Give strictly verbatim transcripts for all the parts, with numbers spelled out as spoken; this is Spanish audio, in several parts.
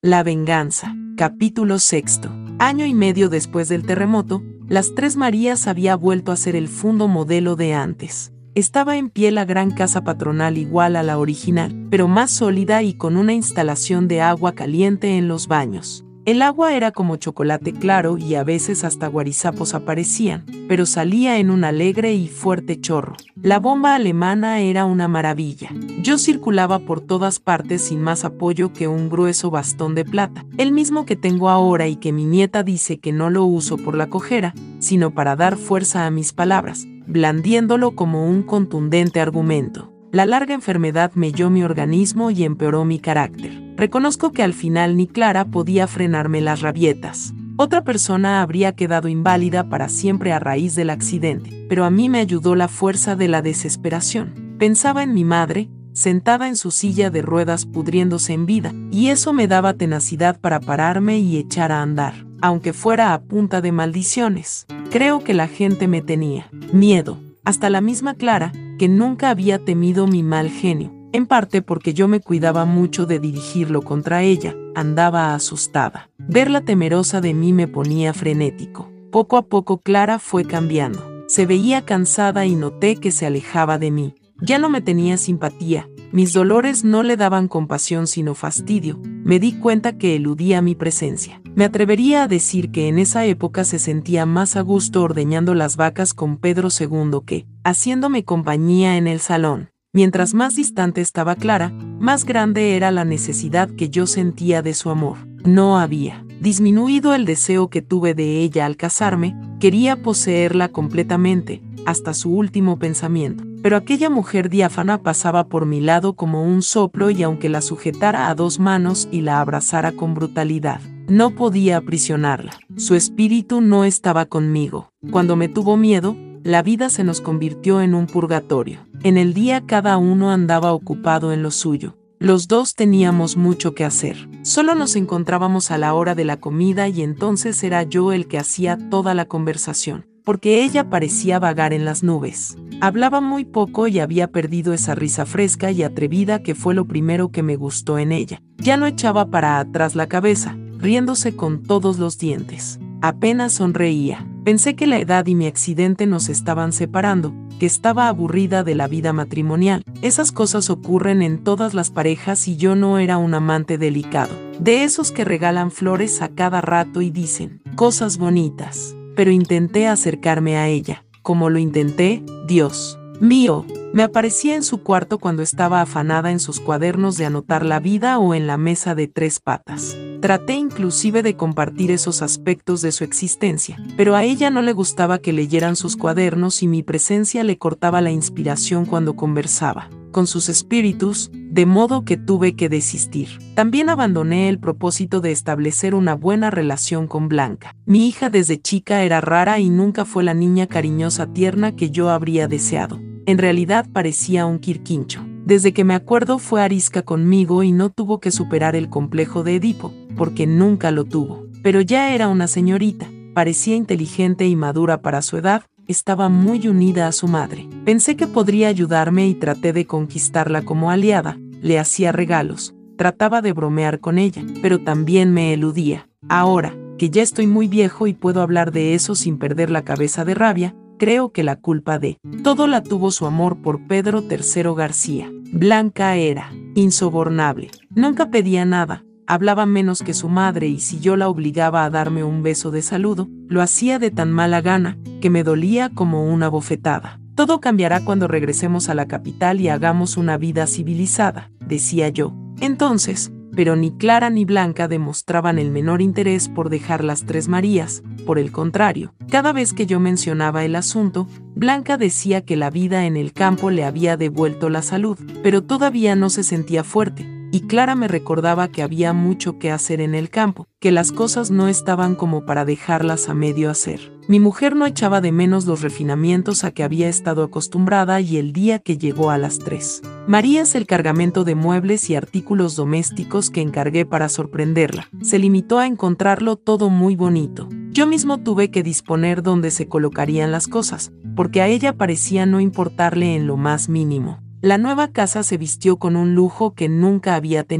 La venganza. Capítulo sexto. Año y medio después del terremoto, las Tres Marías había vuelto a ser el fundo modelo de antes. Estaba en pie la gran casa patronal igual a la original, pero más sólida y con una instalación de agua caliente en los baños. El agua era como chocolate claro y a veces hasta guarizapos aparecían, pero salía en un alegre y fuerte chorro. La bomba alemana era una maravilla. Yo circulaba por todas partes sin más apoyo que un grueso bastón de plata, el mismo que tengo ahora y que mi nieta dice que no lo uso por la cojera, sino para dar fuerza a mis palabras, blandiéndolo como un contundente argumento. La larga enfermedad melló mi organismo y empeoró mi carácter. Reconozco que al final ni Clara podía frenarme las rabietas. Otra persona habría quedado inválida para siempre a raíz del accidente, pero a mí me ayudó la fuerza de la desesperación. Pensaba en mi madre, sentada en su silla de ruedas pudriéndose en vida, y eso me daba tenacidad para pararme y echar a andar, aunque fuera a punta de maldiciones. Creo que la gente me tenía miedo, hasta la misma Clara, que nunca había temido mi mal genio, en parte porque yo me cuidaba mucho de dirigirlo contra ella. Andaba asustada. Verla temerosa de mí me ponía frenético. Poco a poco Clara fue cambiando. Se veía cansada y noté que se alejaba de mí. Ya no me tenía simpatía. Mis dolores no le daban compasión sino fastidio. Me di cuenta que eludía mi presencia. Me atrevería a decir que en esa época se sentía más a gusto ordeñando las vacas con Pedro segundo que haciéndome compañía en el salón. Mientras más distante estaba Clara, más grande era la necesidad que yo sentía de su amor. No había disminuido el deseo que tuve de ella al casarme, quería poseerla completamente, hasta su último pensamiento. Pero aquella mujer diáfana pasaba por mi lado como un soplo y aunque la sujetara a dos manos y la abrazara con brutalidad, no podía aprisionarla. Su espíritu no estaba conmigo. Cuando me tuvo miedo, la vida se nos convirtió en un purgatorio. En el día cada uno andaba ocupado en lo suyo. Los dos teníamos mucho que hacer. Solo nos encontrábamos a la hora de la comida y entonces era yo el que hacía toda la conversación, porque ella parecía vagar en las nubes. Hablaba muy poco y había perdido esa risa fresca y atrevida que fue lo primero que me gustó en ella. Ya no echaba para atrás la cabeza, riéndose con todos los dientes. Apenas sonreía. Pensé que la edad y mi accidente nos estaban separando, que estaba aburrida de la vida matrimonial. Esas cosas ocurren en todas las parejas y yo no era un amante delicado, de esos que regalan flores a cada rato y dicen cosas bonitas. Pero intenté acercarme a ella. Como lo intenté, Dios mío, me aparecía en su cuarto cuando estaba afanada en sus cuadernos de anotar la vida o en la mesa de tres patas. Traté inclusive de compartir esos aspectos de su existencia, pero a ella no le gustaba que leyeran sus cuadernos y mi presencia le cortaba la inspiración cuando conversaba con sus espíritus, de modo que tuve que desistir. También abandoné el propósito de establecer una buena relación con Blanca. Mi hija desde chica era rara y nunca fue la niña cariñosa tierna que yo habría deseado. En realidad parecía un quirquincho. Desde que me acuerdo fue arisca conmigo y no tuvo que superar el complejo de Edipo, porque nunca lo tuvo. Pero ya era una señorita, parecía inteligente y madura para su edad, estaba muy unida a su madre. Pensé que podría ayudarme y traté de conquistarla como aliada, le hacía regalos, trataba de bromear con ella, pero también me eludía. Ahora, que ya estoy muy viejo y puedo hablar de eso sin perder la cabeza de rabia, creo que la culpa de todo la tuvo su amor por Pedro tercero García. Blanca era insobornable, nunca pedía nada, hablaba menos que su madre y si yo la obligaba a darme un beso de saludo, lo hacía de tan mala gana que me dolía como una bofetada. Todo cambiará cuando regresemos a la capital y hagamos una vida civilizada, decía yo. Entonces, pero ni Clara ni Blanca demostraban el menor interés por dejar las Tres Marías. Por el contrario, cada vez que yo mencionaba el asunto, Blanca decía que la vida en el campo le había devuelto la salud, pero todavía no se sentía fuerte. Y Clara me recordaba que había mucho que hacer en el campo, que las cosas no estaban como para dejarlas a medio hacer. Mi mujer no echaba de menos los refinamientos a que había estado acostumbrada y el día que llegó a las Tres Marías el cargamento de muebles y artículos domésticos que encargué para sorprenderla, se limitó a encontrarlo todo muy bonito. Yo mismo tuve que disponer dónde se colocarían las cosas, porque a ella parecía no importarle en lo más mínimo. La nueva casa se vistió con un lujo que nunca había tenido.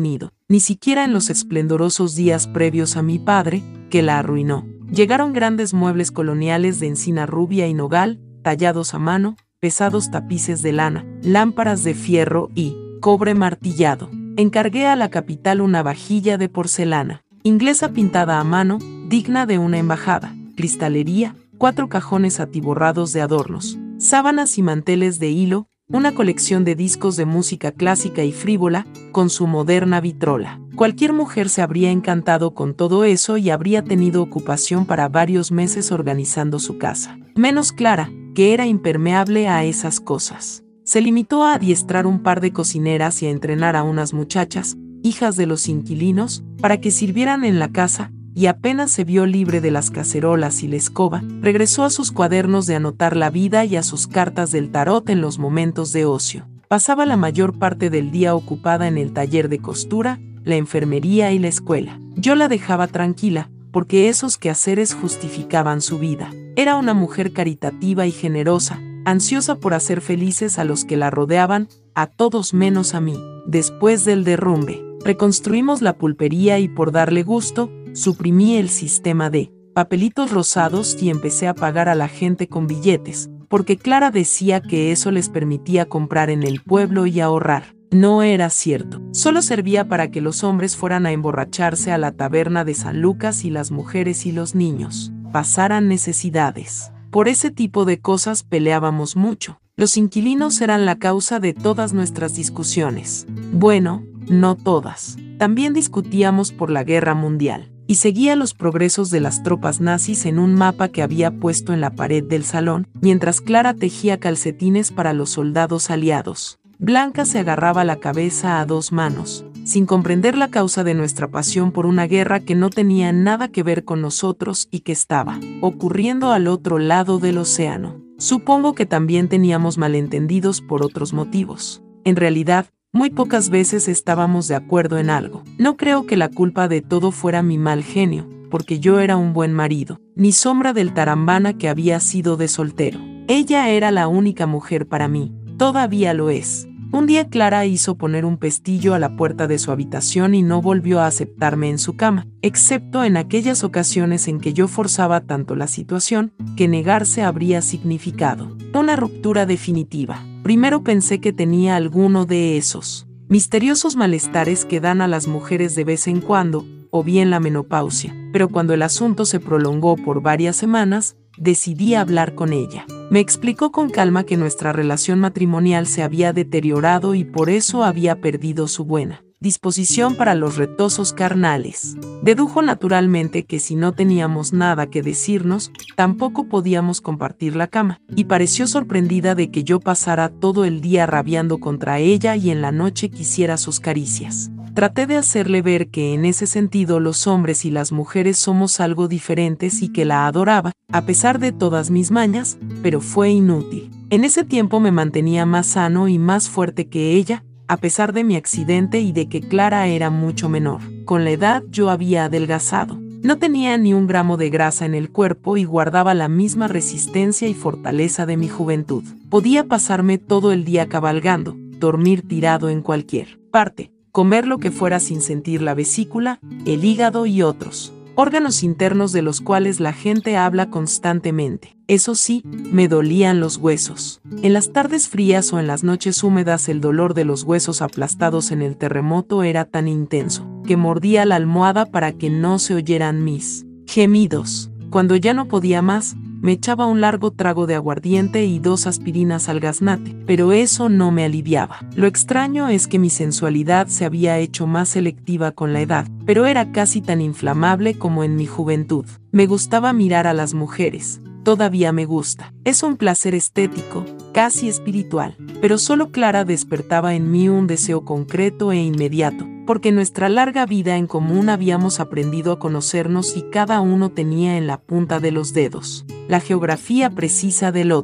ni siquiera en los esplendorosos días previos a mi padre, que la arruinó. Llegaron grandes muebles coloniales de encina rubia y nogal, tallados a mano, pesados tapices de lana, lámparas de fierro y cobre martillado. Encargué a la capital una vajilla de porcelana, inglesa pintada a mano, digna de una embajada, cristalería, cuatro cajones atiborrados de adornos, sábanas y manteles de hilo, una colección de discos de música clásica y frívola, con su moderna vitrola. Cualquier mujer se habría encantado con todo eso y habría tenido ocupación para varios meses organizando su casa. Menos Clara, que era impermeable a esas cosas. Se limitó a adiestrar un par de cocineras y a entrenar a unas muchachas, hijas de los inquilinos, para que sirvieran en la casa, y apenas se vio libre de las cacerolas y la escoba, regresó a sus cuadernos de anotar la vida y a sus cartas del tarot en los momentos de ocio. Pasaba la mayor parte del día ocupada en el taller de costura, la enfermería y la escuela. Yo la dejaba tranquila, porque esos quehaceres justificaban su vida. Era una mujer caritativa y generosa, ansiosa por hacer felices a los que la rodeaban, a todos menos a mí. Después del derrumbe, reconstruimos la pulpería y por darle gusto, suprimí el sistema de papelitos rosados y empecé a pagar a la gente con billetes, porque Clara decía que eso les permitía comprar en el pueblo y ahorrar. No era cierto. Solo servía para que los hombres fueran a emborracharse a la taberna de San Lucas y las mujeres y los niños pasaran necesidades. Por ese tipo de cosas peleábamos mucho. Los inquilinos eran la causa de todas nuestras discusiones. Bueno, no todas. También discutíamos por la guerra mundial. Y seguía los progresos de las tropas nazis en un mapa que había puesto en la pared del salón, mientras Clara tejía calcetines para los soldados aliados. Blanca se agarraba la cabeza a dos manos, sin comprender la causa de nuestra pasión por una guerra que no tenía nada que ver con nosotros y que estaba ocurriendo al otro lado del océano. Supongo que también teníamos malentendidos por otros motivos. En realidad, muy pocas veces estábamos de acuerdo en algo. No creo que la culpa de todo fuera mi mal genio, porque yo era un buen marido, ni sombra del tarambana que había sido de soltero. Ella era la única mujer para mí, todavía lo es. Un día Clara hizo poner un pestillo a la puerta de su habitación y no volvió a aceptarme en su cama, excepto en aquellas ocasiones en que yo forzaba tanto la situación, que negarse habría significado una ruptura definitiva. Primero pensé que tenía alguno de esos misteriosos malestares que dan a las mujeres de vez en cuando, o bien la menopausia, pero cuando el asunto se prolongó por varias semanas, decidí hablar con ella. Me explicó con calma que nuestra relación matrimonial se había deteriorado y por eso había perdido su buena disposición para los retosos carnales. Dedujo naturalmente que si no teníamos nada que decirnos, tampoco podíamos compartir la cama, y pareció sorprendida de que yo pasara todo el día rabiando contra ella y en la noche quisiera sus caricias. Traté de hacerle ver que en ese sentido los hombres y las mujeres somos algo diferentes y que la adoraba, a pesar de todas mis mañas, pero fue inútil. En ese tiempo me mantenía más sano y más fuerte que ella, a pesar de mi accidente y de que Clara era mucho menor. Con la edad yo había adelgazado. No tenía ni un gramo de grasa en el cuerpo y guardaba la misma resistencia y fortaleza de mi juventud. Podía pasarme todo el día cabalgando, dormir tirado en cualquier parte, comer lo que fuera sin sentir la vesícula, el hígado y otros órganos internos de los cuales la gente habla constantemente. Eso sí, me dolían los huesos. En las tardes frías o en las noches húmedas el dolor de los huesos aplastados en el terremoto era tan intenso, que mordía la almohada para que no se oyeran mis gemidos. Cuando ya no podía más, me echaba un largo trago de aguardiente y dos aspirinas al gaznate, pero eso no me aliviaba. Lo extraño es que mi sensualidad se había hecho más selectiva con la edad, pero era casi tan inflamable como en mi juventud. Me gustaba mirar a las mujeres. Todavía me gusta. Es un placer estético, casi espiritual, pero solo Clara despertaba en mí un deseo concreto e inmediato, porque nuestra larga vida en común habíamos aprendido a conocernos y cada uno tenía en la punta de los dedos la geografía precisa del otro.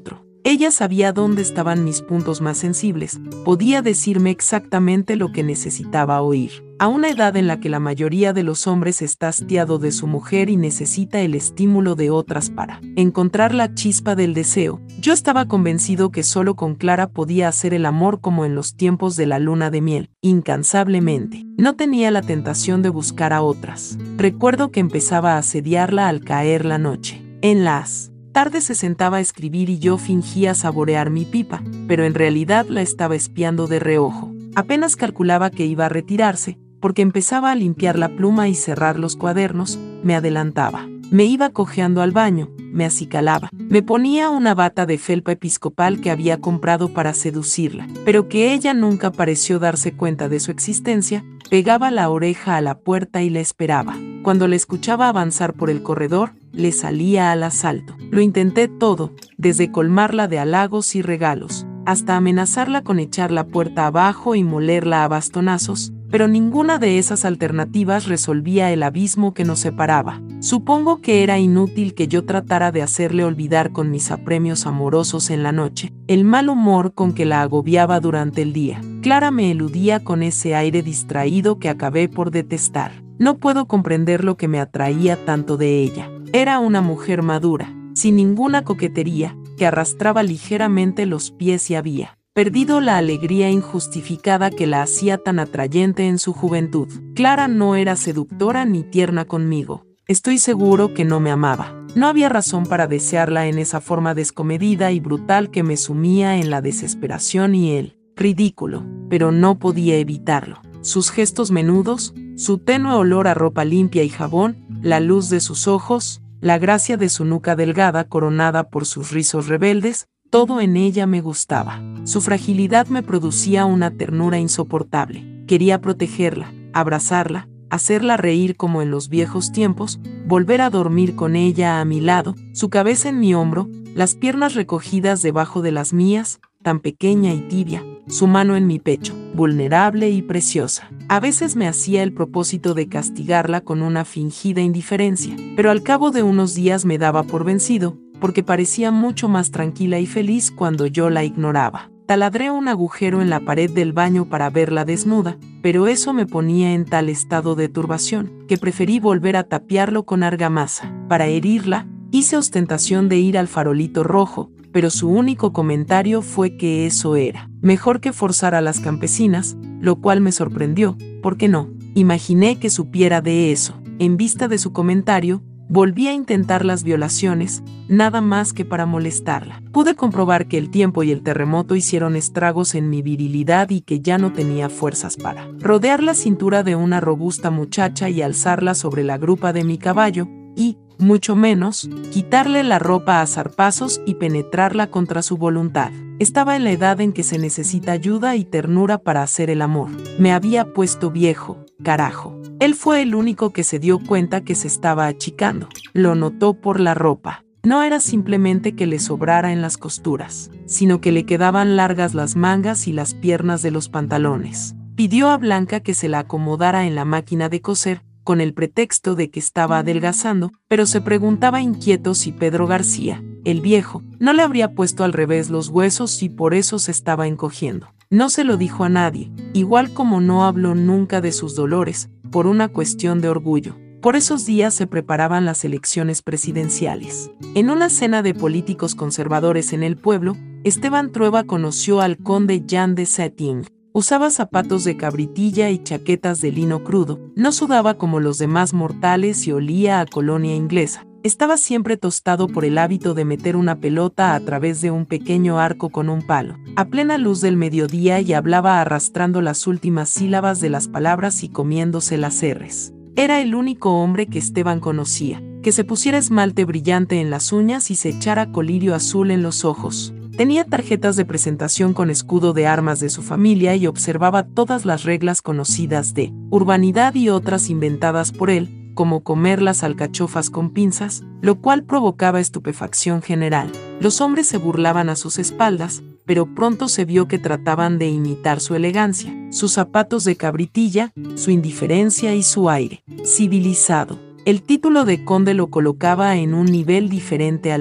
Ella sabía dónde estaban mis puntos más sensibles, podía decirme exactamente lo que necesitaba oír. A una edad en la que la mayoría de los hombres está hastiado de su mujer y necesita el estímulo de otras para encontrar la chispa del deseo, yo estaba convencido que solo con Clara podía hacer el amor como en los tiempos de la luna de miel, incansablemente. No tenía la tentación de buscar a otras. Recuerdo que empezaba a asediarla al caer la noche. En las tarde se sentaba a escribir y yo fingía saborear mi pipa, pero en realidad la estaba espiando de reojo. Apenas calculaba que iba a retirarse, porque empezaba a limpiar la pluma y cerrar los cuadernos, me adelantaba. Me iba cojeando al baño, me acicalaba. Me ponía una bata de felpa episcopal que había comprado para seducirla, pero que ella nunca pareció darse cuenta de su existencia. Pegaba la oreja a la puerta y la esperaba. Cuando la escuchaba avanzar por el corredor, le salía al asalto. Lo intenté todo, desde colmarla de halagos y regalos, hasta amenazarla con echar la puerta abajo y molerla a bastonazos, pero ninguna de esas alternativas resolvía el abismo que nos separaba. Supongo que era inútil que yo tratara de hacerle olvidar con mis apremios amorosos en la noche el mal humor con que la agobiaba durante el día. Clara me eludía con ese aire distraído que acabé por detestar. No puedo comprender lo que me atraía tanto de ella. Era una mujer madura, sin ninguna coquetería, que arrastraba ligeramente los pies y había perdido la alegría injustificada que la hacía tan atrayente en su juventud. Clara no era seductora ni tierna conmigo. Estoy seguro que no me amaba. No había razón para desearla en esa forma descomedida y brutal que me sumía en la desesperación y el ridículo, pero no podía evitarlo. Sus gestos menudos, su tenue olor a ropa limpia y jabón, la luz de sus ojos, la gracia de su nuca delgada coronada por sus rizos rebeldes, todo en ella me gustaba. Su fragilidad me producía una ternura insoportable. Quería protegerla, abrazarla, hacerla reír como en los viejos tiempos, volver a dormir con ella a mi lado, su cabeza en mi hombro, las piernas recogidas debajo de las mías, tan pequeña y tibia, su mano en mi pecho, vulnerable y preciosa. A veces me hacía el propósito de castigarla con una fingida indiferencia, pero al cabo de unos días me daba por vencido, porque parecía mucho más tranquila y feliz cuando yo la ignoraba. Taladré un agujero en la pared del baño para verla desnuda, pero eso me ponía en tal estado de turbación, que preferí volver a tapiarlo con argamasa. Para herirla, hice ostentación de ir al farolito rojo, pero su único comentario fue que eso era mejor que forzar a las campesinas, lo cual me sorprendió, porque no imaginé que supiera de eso. En vista de su comentario, volví a intentar las violaciones, nada más que para molestarla. Pude comprobar que el tiempo y el terremoto hicieron estragos en mi virilidad y que ya no tenía fuerzas para rodear la cintura de una robusta muchacha y alzarla sobre la grupa de mi caballo, y, mucho menos, quitarle la ropa a zarpazos y penetrarla contra su voluntad. Estaba en la edad en que se necesita ayuda y ternura para hacer el amor. Me había puesto viejo, carajo. Él fue el único que se dio cuenta que se estaba achicando. Lo notó por la ropa. No era simplemente que le sobrara en las costuras, sino que le quedaban largas las mangas y las piernas de los pantalones. Pidió a Blanca que se la acomodara en la máquina de coser, con el pretexto de que estaba adelgazando, pero se preguntaba inquieto si Pedro García, el viejo, no le habría puesto al revés los huesos y por eso se estaba encogiendo. No se lo dijo a nadie, igual como no habló nunca de sus dolores, por una cuestión de orgullo. Por esos días se preparaban las elecciones presidenciales. En una cena de políticos conservadores en el pueblo, Esteban Trueba conoció al conde Jean de Setting. Usaba zapatos de cabritilla y chaquetas de lino crudo, no sudaba como los demás mortales y olía a colonia inglesa. Estaba siempre tostado por el hábito de meter una pelota a través de un pequeño arco con un palo, a plena luz del mediodía, y hablaba arrastrando las últimas sílabas de las palabras y comiéndose las erres. Era el único hombre que Esteban conocía, que se pusiera esmalte brillante en las uñas y se echara colirio azul en los ojos. Tenía tarjetas de presentación con escudo de armas de su familia y observaba todas las reglas conocidas de urbanidad y otras inventadas por él, como comer las alcachofas con pinzas, lo cual provocaba estupefacción general. Los hombres se burlaban a sus espaldas, pero pronto se vio que trataban de imitar su elegancia, sus zapatos de cabritilla, su indiferencia y su aire civilizado. El título de conde lo colocaba en un nivel diferente al de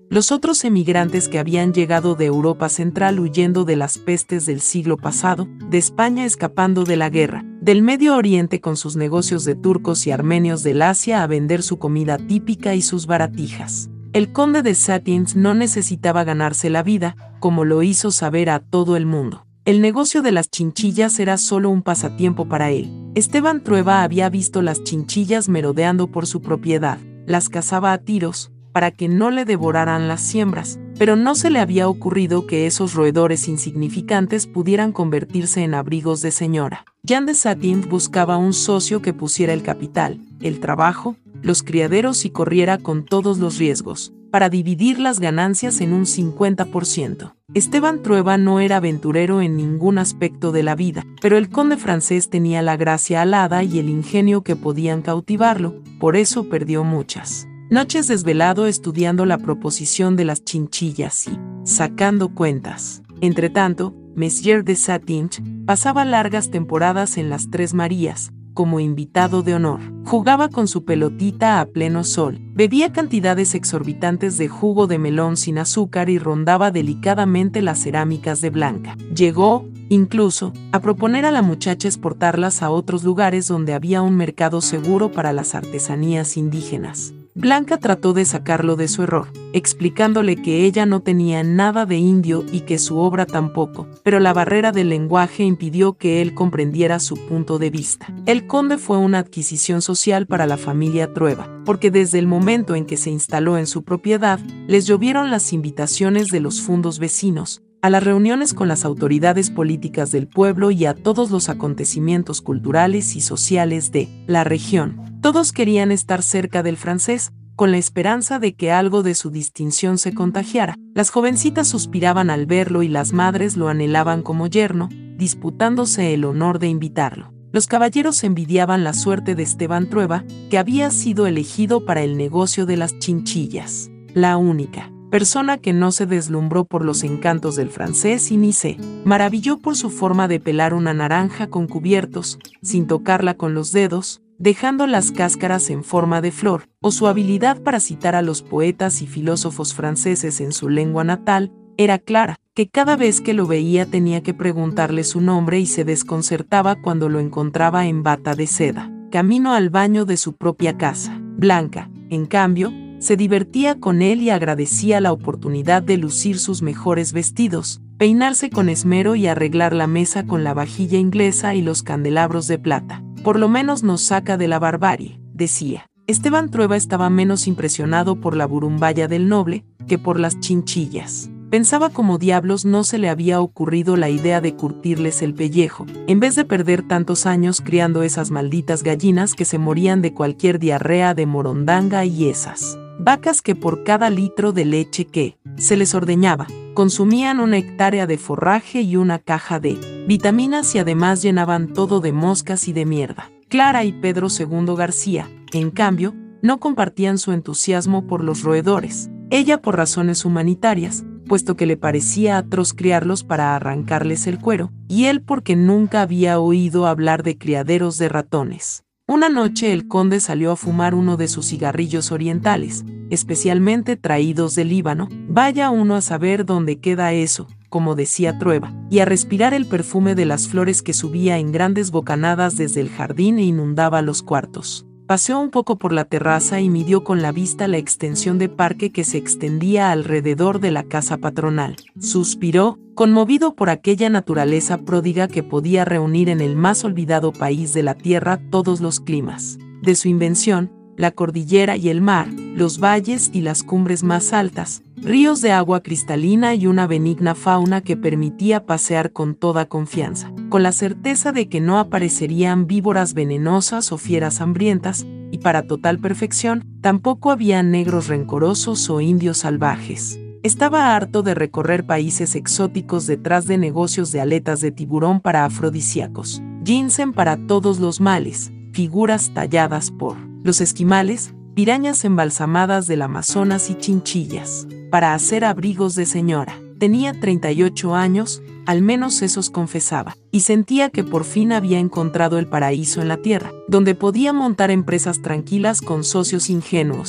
Los otros emigrantes que habían llegado de Europa Central huyendo de las pestes del siglo pasado, de España escapando de la guerra, del Medio Oriente con sus negocios de turcos y armenios del Asia a vender su comida típica y sus baratijas. El conde de Satiens no necesitaba ganarse la vida, como lo hizo saber a todo el mundo. El negocio de las chinchillas era solo un pasatiempo para él. Esteban Trueba había visto las chinchillas merodeando por su propiedad, las cazaba a tiros, para que no le devoraran las siembras, pero no se le había ocurrido que esos roedores insignificantes pudieran convertirse en abrigos de señora. Jean de Satiens buscaba un socio que pusiera el capital, el trabajo, los criaderos y corriera con todos los riesgos, para dividir las ganancias en un cincuenta por ciento. Esteban Trueba no era aventurero en ningún aspecto de la vida, pero el conde francés tenía la gracia alada y el ingenio que podían cautivarlo, por eso perdió muchas noches desvelado estudiando la proposición de las chinchillas y sacando cuentas. Entretanto, Monsieur de Satiens pasaba largas temporadas en las Tres Marías, como invitado de honor. Jugaba con su pelotita a pleno sol, bebía cantidades exorbitantes de jugo de melón sin azúcar y rondaba delicadamente las cerámicas de Blanca. Llegó, incluso, a proponer a la muchacha exportarlas a otros lugares donde había un mercado seguro para las artesanías indígenas. Blanca trató de sacarlo de su error, explicándole que ella no tenía nada de indio y que su obra tampoco, pero la barrera del lenguaje impidió que él comprendiera su punto de vista. El conde fue una adquisición social para la familia Trueba, porque desde el momento en que se instaló en su propiedad, les llovieron las invitaciones de los fundos vecinos, a las reuniones con las autoridades políticas del pueblo y a todos los acontecimientos culturales y sociales de la región. Todos querían estar cerca del francés, con la esperanza de que algo de su distinción se contagiara. Las jovencitas suspiraban al verlo y las madres lo anhelaban como yerno, disputándose el honor de invitarlo. Los caballeros envidiaban la suerte de Esteban Trueba, que había sido elegido para el negocio de las chinchillas. La única persona que no se deslumbró por los encantos del francés y ni se maravilló por su forma de pelar una naranja con cubiertos, sin tocarla con los dedos, dejando las cáscaras en forma de flor, o su habilidad para citar a los poetas y filósofos franceses en su lengua natal, era clara, que cada vez que lo veía tenía que preguntarle su nombre y se desconcertaba cuando lo encontraba en bata de seda, camino al baño de su propia casa. Blanca, en cambio, se divertía con él y agradecía la oportunidad de lucir sus mejores vestidos, peinarse con esmero y arreglar la mesa con la vajilla inglesa y los candelabros de plata. Por lo menos nos saca de la barbarie, decía. Esteban Trueba estaba menos impresionado por la burumbaya del noble que por las chinchillas. Pensaba cómo diablos no se le había ocurrido la idea de curtirles el pellejo, en vez de perder tantos años criando esas malditas gallinas que se morían de cualquier diarrea de morondanga y esas vacas que por cada litro de leche que se les ordeñaba, consumían una hectárea de forraje y una caja de vitaminas y además llenaban todo de moscas y de mierda. Clara y Pedro segundo García, en cambio, no compartían su entusiasmo por los roedores, ella por razones humanitarias, puesto que le parecía atroz criarlos para arrancarles el cuero, y él porque nunca había oído hablar de criaderos de ratones. Una noche el conde salió a fumar uno de sus cigarrillos orientales, especialmente traídos del Líbano, vaya uno a saber dónde queda eso, como decía Trueba, y a respirar el perfume de las flores que subía en grandes bocanadas desde el jardín e inundaba los cuartos. Paseó un poco por la terraza y midió con la vista la extensión de parque que se extendía alrededor de la casa patronal. Suspiró, conmovido por aquella naturaleza pródiga que podía reunir en el más olvidado país de la tierra todos los climas. De su invención, la cordillera y el mar, los valles y las cumbres más altas, ríos de agua cristalina y una benigna fauna que permitía pasear con toda confianza, con la certeza de que no aparecerían víboras venenosas o fieras hambrientas, y para total perfección, tampoco había negros rencorosos o indios salvajes. Estaba harto de recorrer países exóticos detrás de negocios de aletas de tiburón para afrodisíacos, ginseng para todos los males, figuras talladas por los esquimales, pirañas embalsamadas del Amazonas y chinchillas, para hacer abrigos de señora. Tenía treinta y ocho años, al menos esos confesaba, y sentía que por fin había encontrado el paraíso en la tierra, donde podía montar empresas tranquilas con socios ingenuos,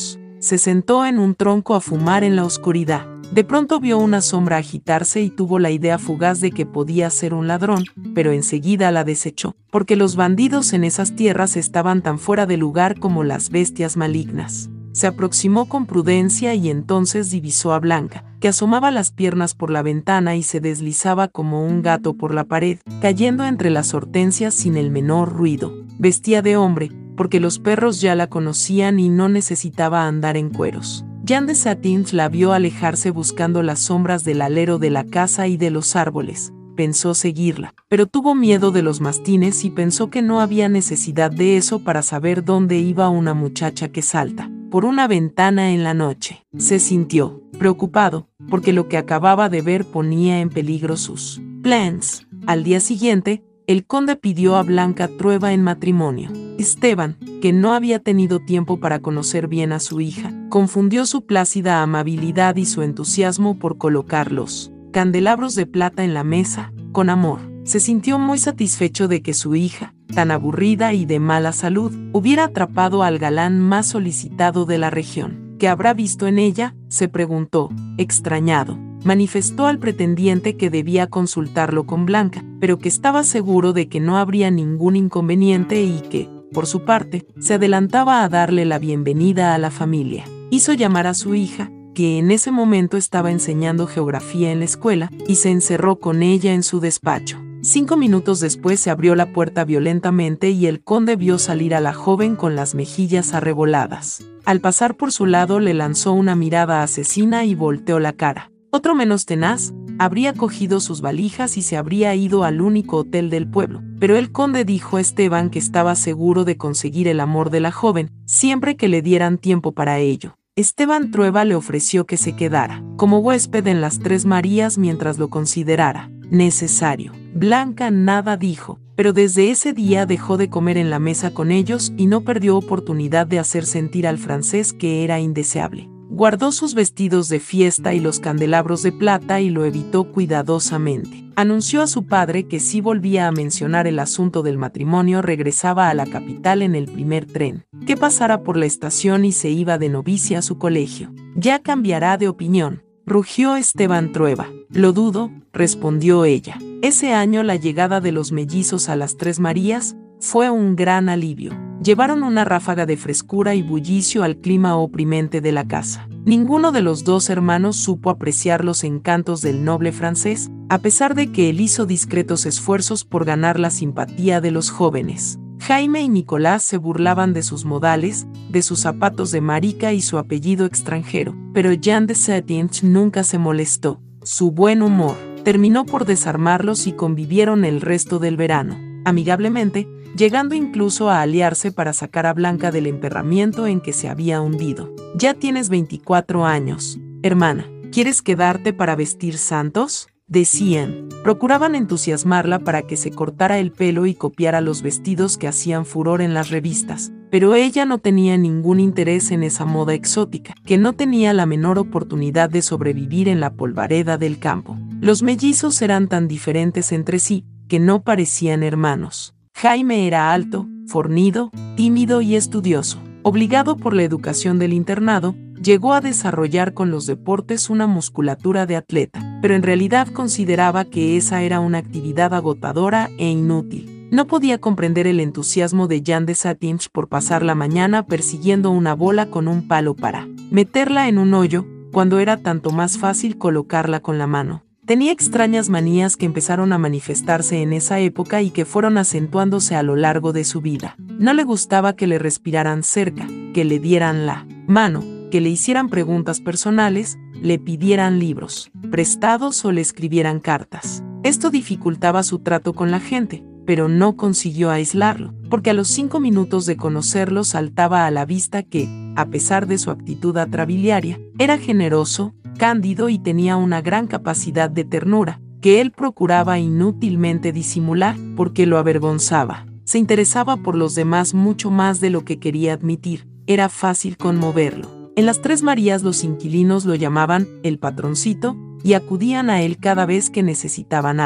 Se sentó en un tronco a fumar en la oscuridad. De pronto vio una sombra agitarse y tuvo la idea fugaz de que podía ser un ladrón, pero enseguida la desechó, porque los bandidos en esas tierras estaban tan fuera de lugar como las bestias malignas. Se aproximó con prudencia y entonces divisó a Blanca, que asomaba las piernas por la ventana y se deslizaba como un gato por la pared, cayendo entre las hortensias sin el menor ruido. Vestía de hombre, porque los perros ya la conocían y no necesitaba andar en cueros. Jean de Satins la vio alejarse buscando las sombras del alero de la casa y de los árboles. Pensó seguirla, pero tuvo miedo de los mastines y pensó que no había necesidad de eso para saber dónde iba una muchacha que salta por una ventana en la noche. Se sintió preocupado, porque lo que acababa de ver ponía en peligro sus plans. Al día siguiente, el conde pidió a Blanca Trueba en matrimonio. Esteban, que no había tenido tiempo para conocer bien a su hija, confundió su plácida amabilidad y su entusiasmo por colocar los candelabros de plata en la mesa, con amor. Se sintió muy satisfecho de que su hija, tan aburrida y de mala salud, hubiera atrapado al galán más solicitado de la región. ¿Qué habrá visto en ella?, se preguntó, extrañado. Manifestó al pretendiente que debía consultarlo con Blanca, pero que estaba seguro de que no habría ningún inconveniente y que, por su parte, se adelantaba a darle la bienvenida a la familia. Hizo llamar a su hija, que en ese momento estaba enseñando geografía en la escuela, y se encerró con ella en su despacho. Cinco minutos después se abrió la puerta violentamente y el conde vio salir a la joven con las mejillas arreboladas. Al pasar por su lado le lanzó una mirada asesina y volteó la cara. Otro menos tenaz, habría cogido sus valijas y se habría ido al único hotel del pueblo, pero el conde dijo a Esteban que estaba seguro de conseguir el amor de la joven, siempre que le dieran tiempo para ello. Esteban Trueba le ofreció que se quedara como huésped en las Tres Marías mientras lo considerara necesario. Blanca nada dijo, pero desde ese día dejó de comer en la mesa con ellos y no perdió oportunidad de hacer sentir al francés que era indeseable. Guardó sus vestidos de fiesta y los candelabros de plata y lo evitó cuidadosamente. Anunció a su padre que si volvía a mencionar el asunto del matrimonio regresaba a la capital en el primer tren, que pasara por la estación y se iba de novicia a su colegio. Ya cambiará de opinión, rugió Esteban Trueba. Lo dudo, respondió ella. Ese año la llegada de los mellizos a las Tres Marías fue un gran alivio. Llevaron una ráfaga de frescura y bullicio al clima oprimente de la casa. Ninguno de los dos hermanos supo apreciar los encantos del noble francés, a pesar de que él hizo discretos esfuerzos por ganar la simpatía de los jóvenes. Jaime y Nicolás se burlaban de sus modales, de sus zapatos de marica y su apellido extranjero, pero Jean de Satins nunca se molestó. Su buen humor terminó por desarmarlos y convivieron el resto del verano, amigablemente, llegando incluso a aliarse para sacar a Blanca del emperramiento en que se había hundido. Ya tienes veinticuatro años, hermana. ¿Quieres quedarte para vestir santos?, decían. Procuraban entusiasmarla para que se cortara el pelo y copiara los vestidos que hacían furor en las revistas, pero ella no tenía ningún interés en esa moda exótica, que no tenía la menor oportunidad de sobrevivir en la polvareda del campo. Los mellizos eran tan diferentes entre sí, que no parecían hermanos. Jaime era alto, fornido, tímido y estudioso. Obligado por la educación del internado, llegó a desarrollar con los deportes una musculatura de atleta, pero en realidad consideraba que esa era una actividad agotadora e inútil. No podía comprender el entusiasmo de Jean de Satins por pasar la mañana persiguiendo una bola con un palo para meterla en un hoyo, cuando era tanto más fácil colocarla con la mano. Tenía extrañas manías que empezaron a manifestarse en esa época y que fueron acentuándose a lo largo de su vida. No le gustaba que le respiraran cerca, que le dieran la mano, que le hicieran preguntas personales, le pidieran libros prestados o le escribieran cartas. Esto dificultaba su trato con la gente, pero no consiguió aislarlo, porque a los cinco minutos de conocerlo saltaba a la vista que, a pesar de su actitud atrabiliaria, era generoso, cándido y tenía una gran capacidad de ternura, que él procuraba inútilmente disimular porque lo avergonzaba. Se interesaba por los demás mucho más de lo que quería admitir, era fácil conmoverlo. En las Tres Marías los inquilinos lo llamaban el patroncito y acudían a él cada vez que necesitaban algo.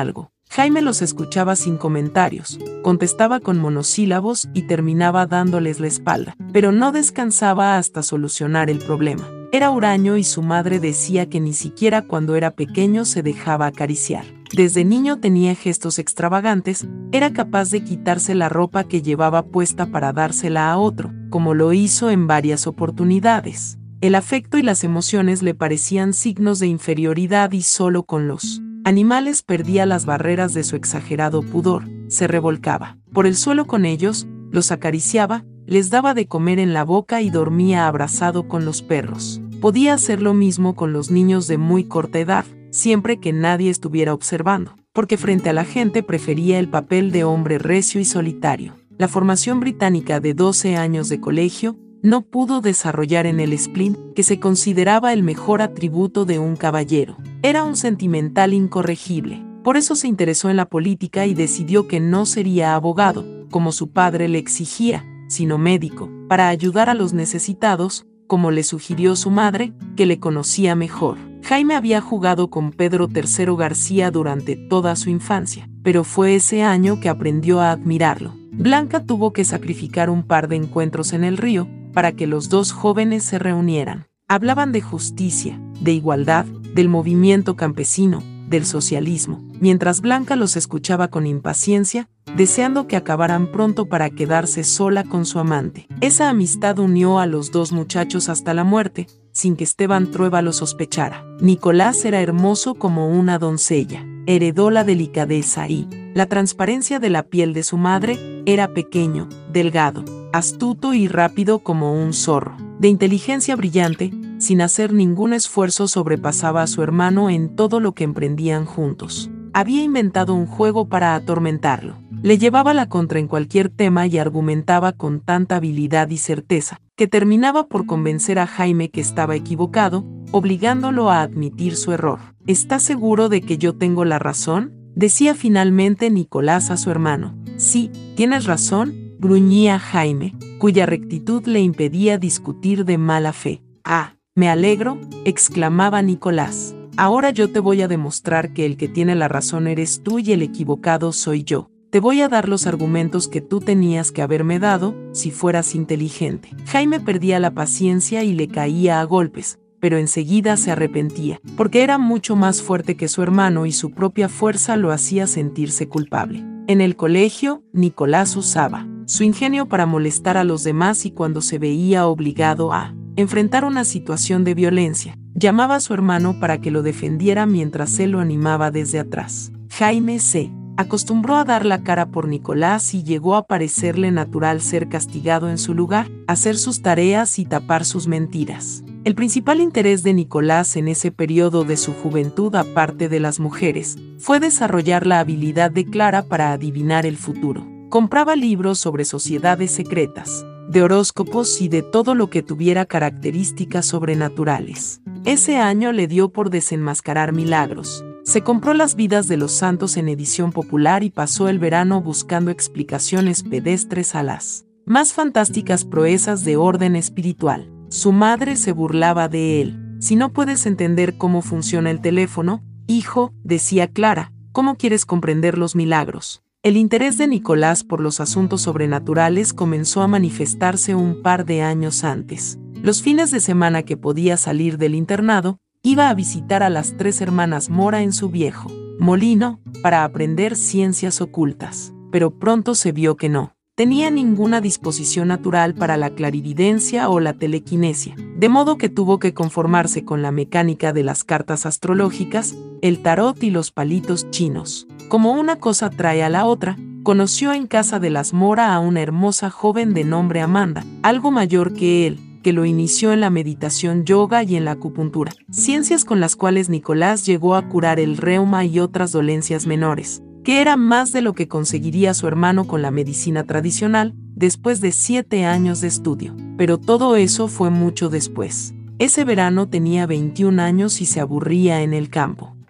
Jaime los escuchaba sin comentarios, contestaba con monosílabos y terminaba dándoles la espalda, pero no descansaba hasta solucionar el problema. Era huraño y su madre decía que ni siquiera cuando era pequeño se dejaba acariciar. Desde niño tenía gestos extravagantes, era capaz de quitarse la ropa que llevaba puesta para dársela a otro, como lo hizo en varias oportunidades. El afecto y las emociones le parecían signos de inferioridad y solo con los animales perdía las barreras de su exagerado pudor, se revolcaba por el suelo con ellos, los acariciaba, les daba de comer en la boca y dormía abrazado con los perros. Podía hacer lo mismo con los niños de muy corta edad, siempre que nadie estuviera observando, porque frente a la gente prefería el papel de hombre recio y solitario. La formación británica de doce años de colegio no pudo desarrollar en el spleen, que se consideraba el mejor atributo de un caballero. Era un sentimental incorregible. Por eso se interesó en la política y decidió que no sería abogado, como su padre le exigía, sino médico, para ayudar a los necesitados, como le sugirió su madre, que le conocía mejor. Jaime había jugado con Pedro tercero García durante toda su infancia, pero fue ese año que aprendió a admirarlo. Blanca tuvo que sacrificar un par de encuentros en el río para que los dos jóvenes se reunieran. Hablaban de justicia, de igualdad, del movimiento campesino, del socialismo, mientras Blanca los escuchaba con impaciencia, deseando que acabaran pronto para quedarse sola con su amante. Esa amistad unió a los dos muchachos hasta la muerte, sin que Esteban Trueba lo sospechara. Nicolás era hermoso como una doncella, heredó la delicadeza y la transparencia de la piel de su madre, era pequeño, delgado, astuto y rápido como un zorro. De inteligencia brillante, sin hacer ningún esfuerzo sobrepasaba a su hermano en todo lo que emprendían juntos. Había inventado un juego para atormentarlo. Le llevaba la contra en cualquier tema y argumentaba con tanta habilidad y certeza, que terminaba por convencer a Jaime que estaba equivocado, obligándolo a admitir su error. ¿Estás seguro de que yo tengo la razón?, decía finalmente Nicolás a su hermano. Sí, tienes razón, gruñía Jaime, cuya rectitud le impedía discutir de mala fe. Ah, me alegro, exclamaba Nicolás. Ahora yo te voy a demostrar que el que tiene la razón eres tú y el equivocado soy yo. Te voy a dar los argumentos que tú tenías que haberme dado si fueras inteligente. Jaime perdía la paciencia y le caía a golpes, pero enseguida se arrepentía, porque era mucho más fuerte que su hermano y su propia fuerza lo hacía sentirse culpable. En el colegio, Nicolás usaba su ingenio para molestar a los demás y cuando se veía obligado a enfrentar una situación de violencia, llamaba a su hermano para que lo defendiera mientras él lo animaba desde atrás. Jaime se acostumbró a dar la cara por Nicolás y llegó a parecerle natural ser castigado en su lugar, hacer sus tareas y tapar sus mentiras. El principal interés de Nicolás en ese periodo de su juventud, aparte de las mujeres, fue desarrollar la habilidad de Clara para adivinar el futuro. Compraba libros sobre sociedades secretas, de horóscopos y de todo lo que tuviera características sobrenaturales. Ese año le dio por desenmascarar milagros. Se compró las vidas de los santos en edición popular y pasó el verano buscando explicaciones pedestres a las más fantásticas proezas de orden espiritual. Su madre se burlaba de él. Si no puedes entender cómo funciona el teléfono, hijo, decía Clara, ¿cómo quieres comprender los milagros? El interés de Nicolás por los asuntos sobrenaturales comenzó a manifestarse un par de años antes. Los fines de semana que podía salir del internado, iba a visitar a las tres hermanas Mora en su viejo molino, para aprender ciencias ocultas. Pero pronto se vio que no tenía ninguna disposición natural para la clarividencia o la telequinesia, de modo que tuvo que conformarse con la mecánica de las cartas astrológicas, el tarot y los palitos chinos. Como una cosa trae a la otra, conoció en casa de las Mora a una hermosa joven de nombre Amanda, algo mayor que él, que lo inició en la meditación yoga y en la acupuntura, ciencias con las cuales Nicolás llegó a curar el reuma y otras dolencias menores, que era más de lo que conseguiría su hermano con la medicina tradicional, después de siete años de estudio. Pero todo eso fue mucho después. Ese verano tenía veintiún años y se aburría en el campo.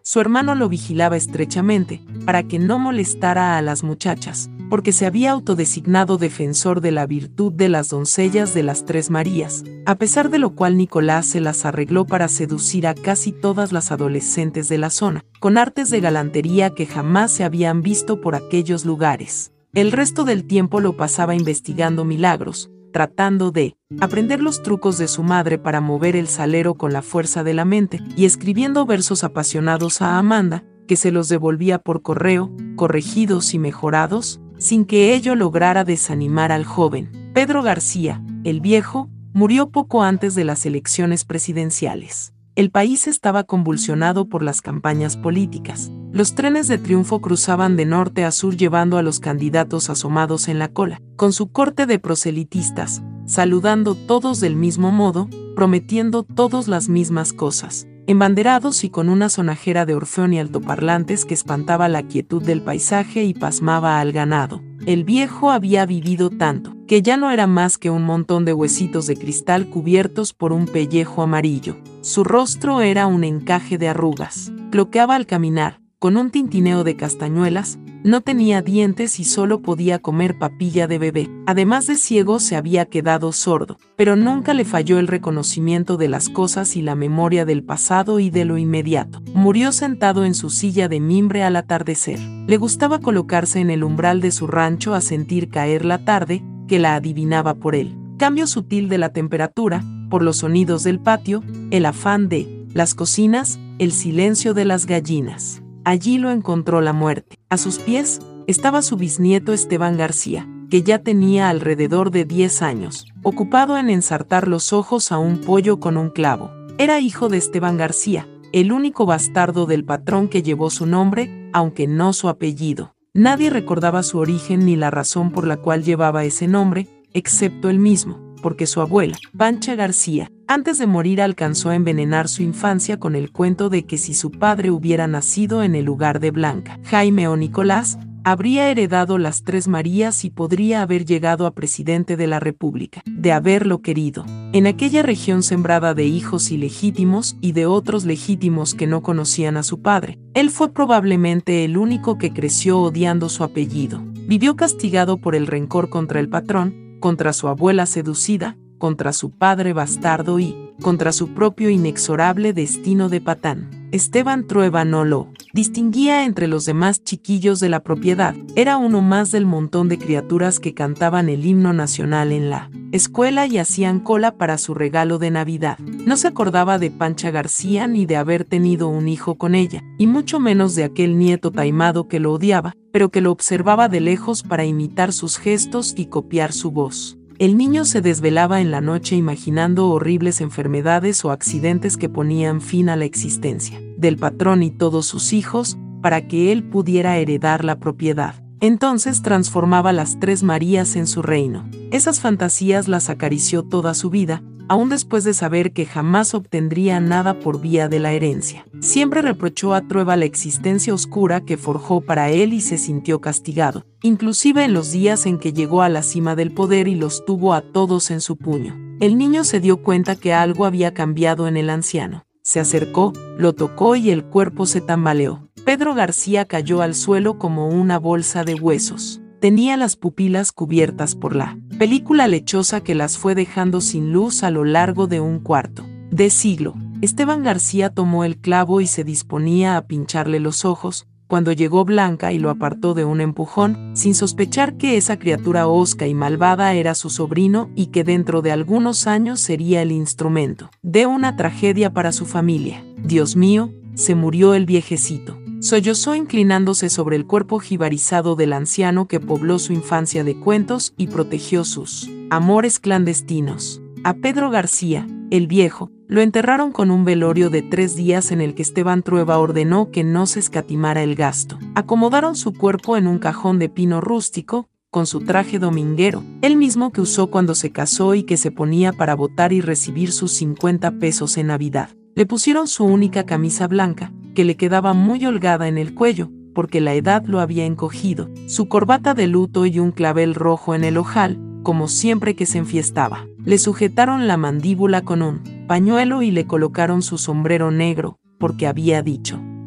Su hermano lo vigilaba estrechamente, para que no molestara a las muchachas, porque se había autodesignado defensor de la virtud de las doncellas de las Tres Marías, a pesar de lo cual Nicolás se las arregló para seducir a casi todas las adolescentes de la zona, con artes de galantería que jamás se habían visto por aquellos lugares. El resto del tiempo lo pasaba investigando milagros, tratando de aprender los trucos de su madre para mover el salero con la fuerza de la mente, y escribiendo versos apasionados a Amanda, que se los devolvía por correo, corregidos y mejorados, sin que ello lograra desanimar al joven. Pedro García, el viejo, murió poco antes de las elecciones presidenciales. El país estaba convulsionado por las campañas políticas. Los trenes de triunfo cruzaban de norte a sur llevando a los candidatos asomados en la cola, con su corte de proselitistas, saludando todos del mismo modo, prometiendo todos las mismas cosas, embanderados y con una sonajera de Orfeón y altoparlantes que espantaba la quietud del paisaje y pasmaba al ganado. El viejo había vivido tanto, que ya no era más que un montón de huesitos de cristal cubiertos por un pellejo amarillo. Su rostro era un encaje de arrugas. Cloqueaba al caminar, con un tintineo de castañuelas, no tenía dientes y solo podía comer papilla de bebé. Además de ciego, se había quedado sordo, pero nunca le falló el reconocimiento de las cosas y la memoria del pasado y de lo inmediato. Murió sentado en su silla de mimbre al atardecer. Le gustaba colocarse en el umbral de su rancho a sentir caer la tarde, que la adivinaba por él. Cambio sutil de la temperatura, por los sonidos del patio, el afán de las cocinas, el silencio de las gallinas. Allí lo encontró la muerte. A sus pies estaba su bisnieto Esteban García, que ya tenía alrededor de diez años, ocupado en ensartar los ojos a un pollo con un clavo. Era hijo de Esteban García, el único bastardo del patrón que llevó su nombre, aunque no su apellido. Nadie recordaba su origen ni la razón por la cual llevaba ese nombre, excepto él mismo, porque su abuela, Pancha García, antes de morir alcanzó a envenenar su infancia con el cuento de que si su padre hubiera nacido en el lugar de Blanca, Jaime o Nicolás, habría heredado las Tres Marías y podría haber llegado a presidente de la República, de haberlo querido. En aquella región sembrada de hijos ilegítimos y de otros legítimos que no conocían a su padre, él fue probablemente el único que creció odiando su apellido. Vivió castigado por el rencor contra el patrón, contra su abuela seducida, contra su padre bastardo y contra su propio inexorable destino de patán. Esteban Trueba no lo distinguía entre los demás chiquillos de la propiedad. Era uno más del montón de criaturas que cantaban el himno nacional en la escuela y hacían cola para su regalo de Navidad. No se acordaba de Pancha García ni de haber tenido un hijo con ella, y mucho menos de aquel nieto taimado que lo odiaba, pero que lo observaba de lejos para imitar sus gestos y copiar su voz. El niño se desvelaba en la noche imaginando horribles enfermedades o accidentes que ponían fin a la existencia del patrón y todos sus hijos, para que él pudiera heredar la propiedad. Entonces transformaba las Tres Marías en su reino. Esas fantasías las acarició toda su vida, aún después de saber que jamás obtendría nada por vía de la herencia. Siempre reprochó a Trueba la existencia oscura que forjó para él y se sintió castigado, inclusive en los días en que llegó a la cima del poder y los tuvo a todos en su puño. El niño se dio cuenta que algo había cambiado en el anciano. Se acercó, lo tocó y el cuerpo se tambaleó. Pedro García cayó al suelo como una bolsa de huesos. Tenía las pupilas cubiertas por la película lechosa que las fue dejando sin luz a lo largo de un cuarto de siglo. Esteban García tomó el clavo y se disponía a pincharle los ojos, cuando llegó Blanca y lo apartó de un empujón, sin sospechar que esa criatura hosca y malvada era su sobrino y que dentro de algunos años sería el instrumento de una tragedia para su familia. Dios mío, se murió el viejecito. Sollozó inclinándose sobre el cuerpo jibarizado del anciano que pobló su infancia de cuentos y protegió sus amores clandestinos. A Pedro García, el viejo, lo enterraron con un velorio de tres días en el que Esteban Trueba ordenó que no se escatimara el gasto. Acomodaron su cuerpo en un cajón de pino rústico, con su traje dominguero, el mismo que usó cuando se casó y que se ponía para votar y recibir sus cincuenta pesos en Navidad. Le pusieron su única camisa blanca, que le quedaba muy holgada en el cuello, porque la edad lo había encogido, su corbata de luto y un clavel rojo en el ojal, como siempre que se enfiestaba. Le sujetaron la mandíbula con un pañuelo y le colocaron su sombrero negro, porque había dicho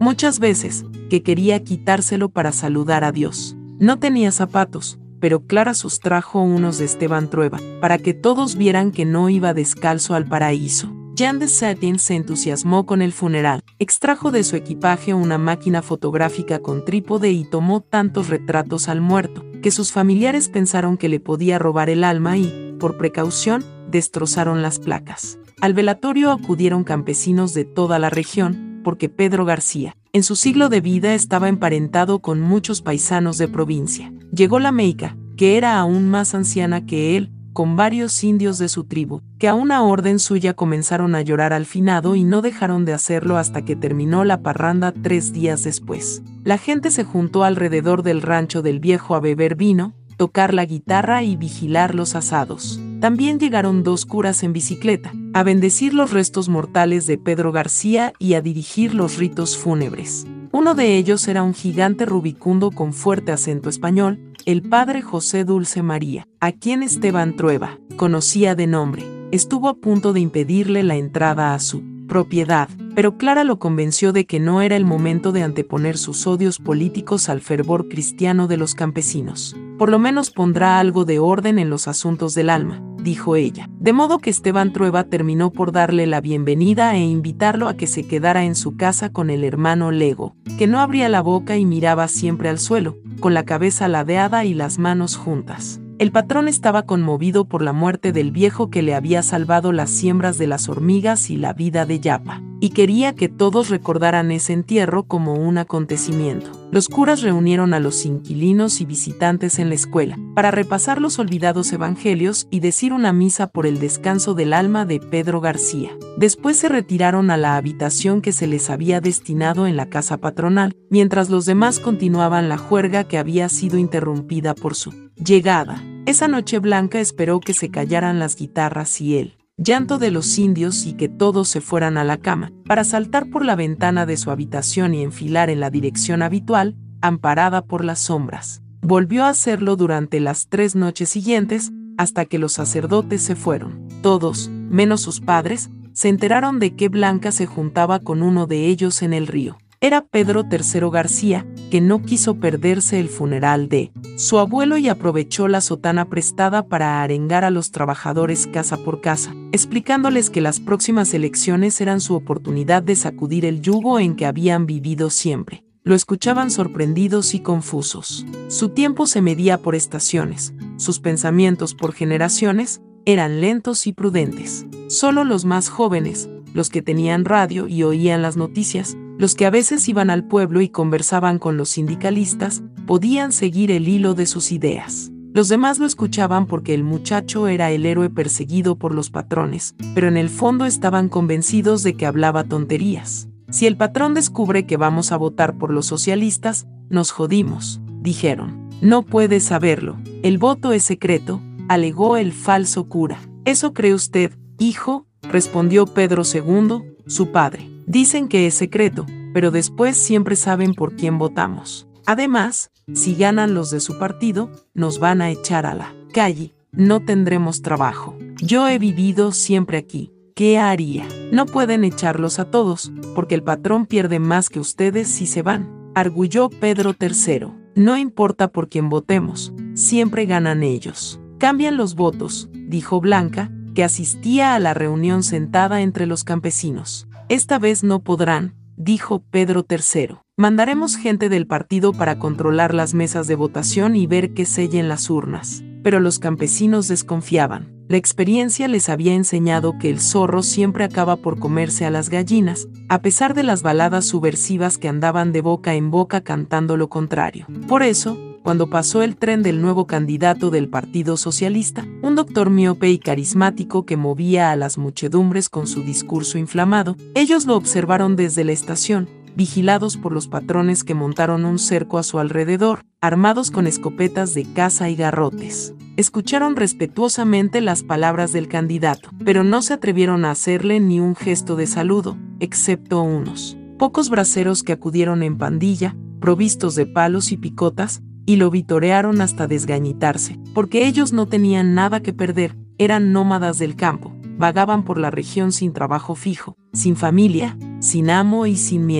muchas veces, que quería quitárselo para saludar a Dios. No tenía zapatos, pero Clara sustrajo unos de Esteban Trueba, para que todos vieran que no iba descalzo al paraíso. Jean de Satin se entusiasmó con el funeral, extrajo de su equipaje una máquina fotográfica con trípode y tomó tantos retratos al muerto, que sus familiares pensaron que le podía robar el alma y, por precaución, destrozaron las placas. Al velatorio acudieron campesinos de toda la región, porque Pedro García, en su siglo de vida, estaba emparentado con muchos paisanos de provincia. Llegó la Meica, que era aún más anciana que él, con varios indios de su tribu, que a una orden suya comenzaron a llorar al finado y no dejaron de hacerlo hasta que terminó la parranda tres días después. La gente se juntó alrededor del rancho del viejo a beber vino, tocar la guitarra y vigilar los asados. También llegaron dos curas en bicicleta, a bendecir los restos mortales de Pedro García y a dirigir los ritos fúnebres. Uno de ellos era un gigante rubicundo con fuerte acento español, el padre José Dulce María, a quien Esteban Trueba conocía de nombre. Estuvo a punto de impedirle la entrada a su propiedad, pero Clara lo convenció de que no era el momento de anteponer sus odios políticos al fervor cristiano de los campesinos. Por lo menos pondrá algo de orden en los asuntos del alma, dijo ella. De modo que Esteban Trueba terminó por darle la bienvenida e invitarlo a que se quedara en su casa con el hermano Lego, que no abría la boca y miraba siempre al suelo, con la cabeza ladeada y las manos juntas. El patrón estaba conmovido por la muerte del viejo que le había salvado las siembras de las hormigas y la vida de Yapa, y quería que todos recordaran ese entierro como un acontecimiento. Los curas reunieron a los inquilinos y visitantes en la escuela, para repasar los olvidados evangelios y decir una misa por el descanso del alma de Pedro García. Después se retiraron a la habitación que se les había destinado en la casa patronal, mientras los demás continuaban la juerga que había sido interrumpida por su llegada. Esa noche Blanca esperó que se callaran las guitarras y el llanto de los indios y que todos se fueran a la cama, para saltar por la ventana de su habitación y enfilar en la dirección habitual, amparada por las sombras. Volvió a hacerlo durante las tres noches siguientes, hasta que los sacerdotes se fueron. Todos, menos sus padres, se enteraron de que Blanca se juntaba con uno de ellos en el río. Era Pedro tercero García, que no quiso perderse el funeral de su abuelo y aprovechó la sotana prestada para arengar a los trabajadores casa por casa, explicándoles que las próximas elecciones eran su oportunidad de sacudir el yugo en que habían vivido siempre. Lo escuchaban sorprendidos y confusos. Su tiempo se medía por estaciones, sus pensamientos por generaciones, eran lentos y prudentes. Solo los más jóvenes, los que tenían radio y oían las noticias, los que a veces iban al pueblo y conversaban con los sindicalistas, podían seguir el hilo de sus ideas. Los demás lo escuchaban porque el muchacho era el héroe perseguido por los patrones, pero en el fondo estaban convencidos de que hablaba tonterías. Si el patrón descubre que vamos a votar por los socialistas, nos jodimos, dijeron. No puede saberlo, el voto es secreto, alegó el falso cura. ¿Eso cree usted, hijo?, respondió Pedro segundo, su padre. Dicen que es secreto, pero después siempre saben por quién votamos. Además, si ganan los de su partido, nos van a echar a la calle, no tendremos trabajo. Yo he vivido siempre aquí, ¿qué haría? No pueden echarlos a todos, porque el patrón pierde más que ustedes si se van, arguyó Pedro tercero. No importa por quién votemos, siempre ganan ellos. Cambian los votos, dijo Blanca, que asistía a la reunión sentada entre los campesinos. Esta vez no podrán, dijo Pedro tercero. Mandaremos gente del partido para controlar las mesas de votación y ver que sellen las urnas. Pero los campesinos desconfiaban. La experiencia les había enseñado que el zorro siempre acaba por comerse a las gallinas, a pesar de las baladas subversivas que andaban de boca en boca cantando lo contrario. Por eso, cuando pasó el tren del nuevo candidato del Partido Socialista, un doctor miope y carismático que movía a las muchedumbres con su discurso inflamado, ellos lo observaron desde la estación, vigilados por los patrones que montaron un cerco a su alrededor, armados con escopetas de caza y garrotes. Escucharon respetuosamente las palabras del candidato, pero no se atrevieron a hacerle ni un gesto de saludo, excepto unos pocos braceros que acudieron en pandilla, provistos de palos y picotas, y lo vitorearon hasta desgañitarse, porque ellos no tenían nada que perder, eran nómadas del campo, vagaban por la región sin trabajo fijo, sin familia, sin amo y sin miedo.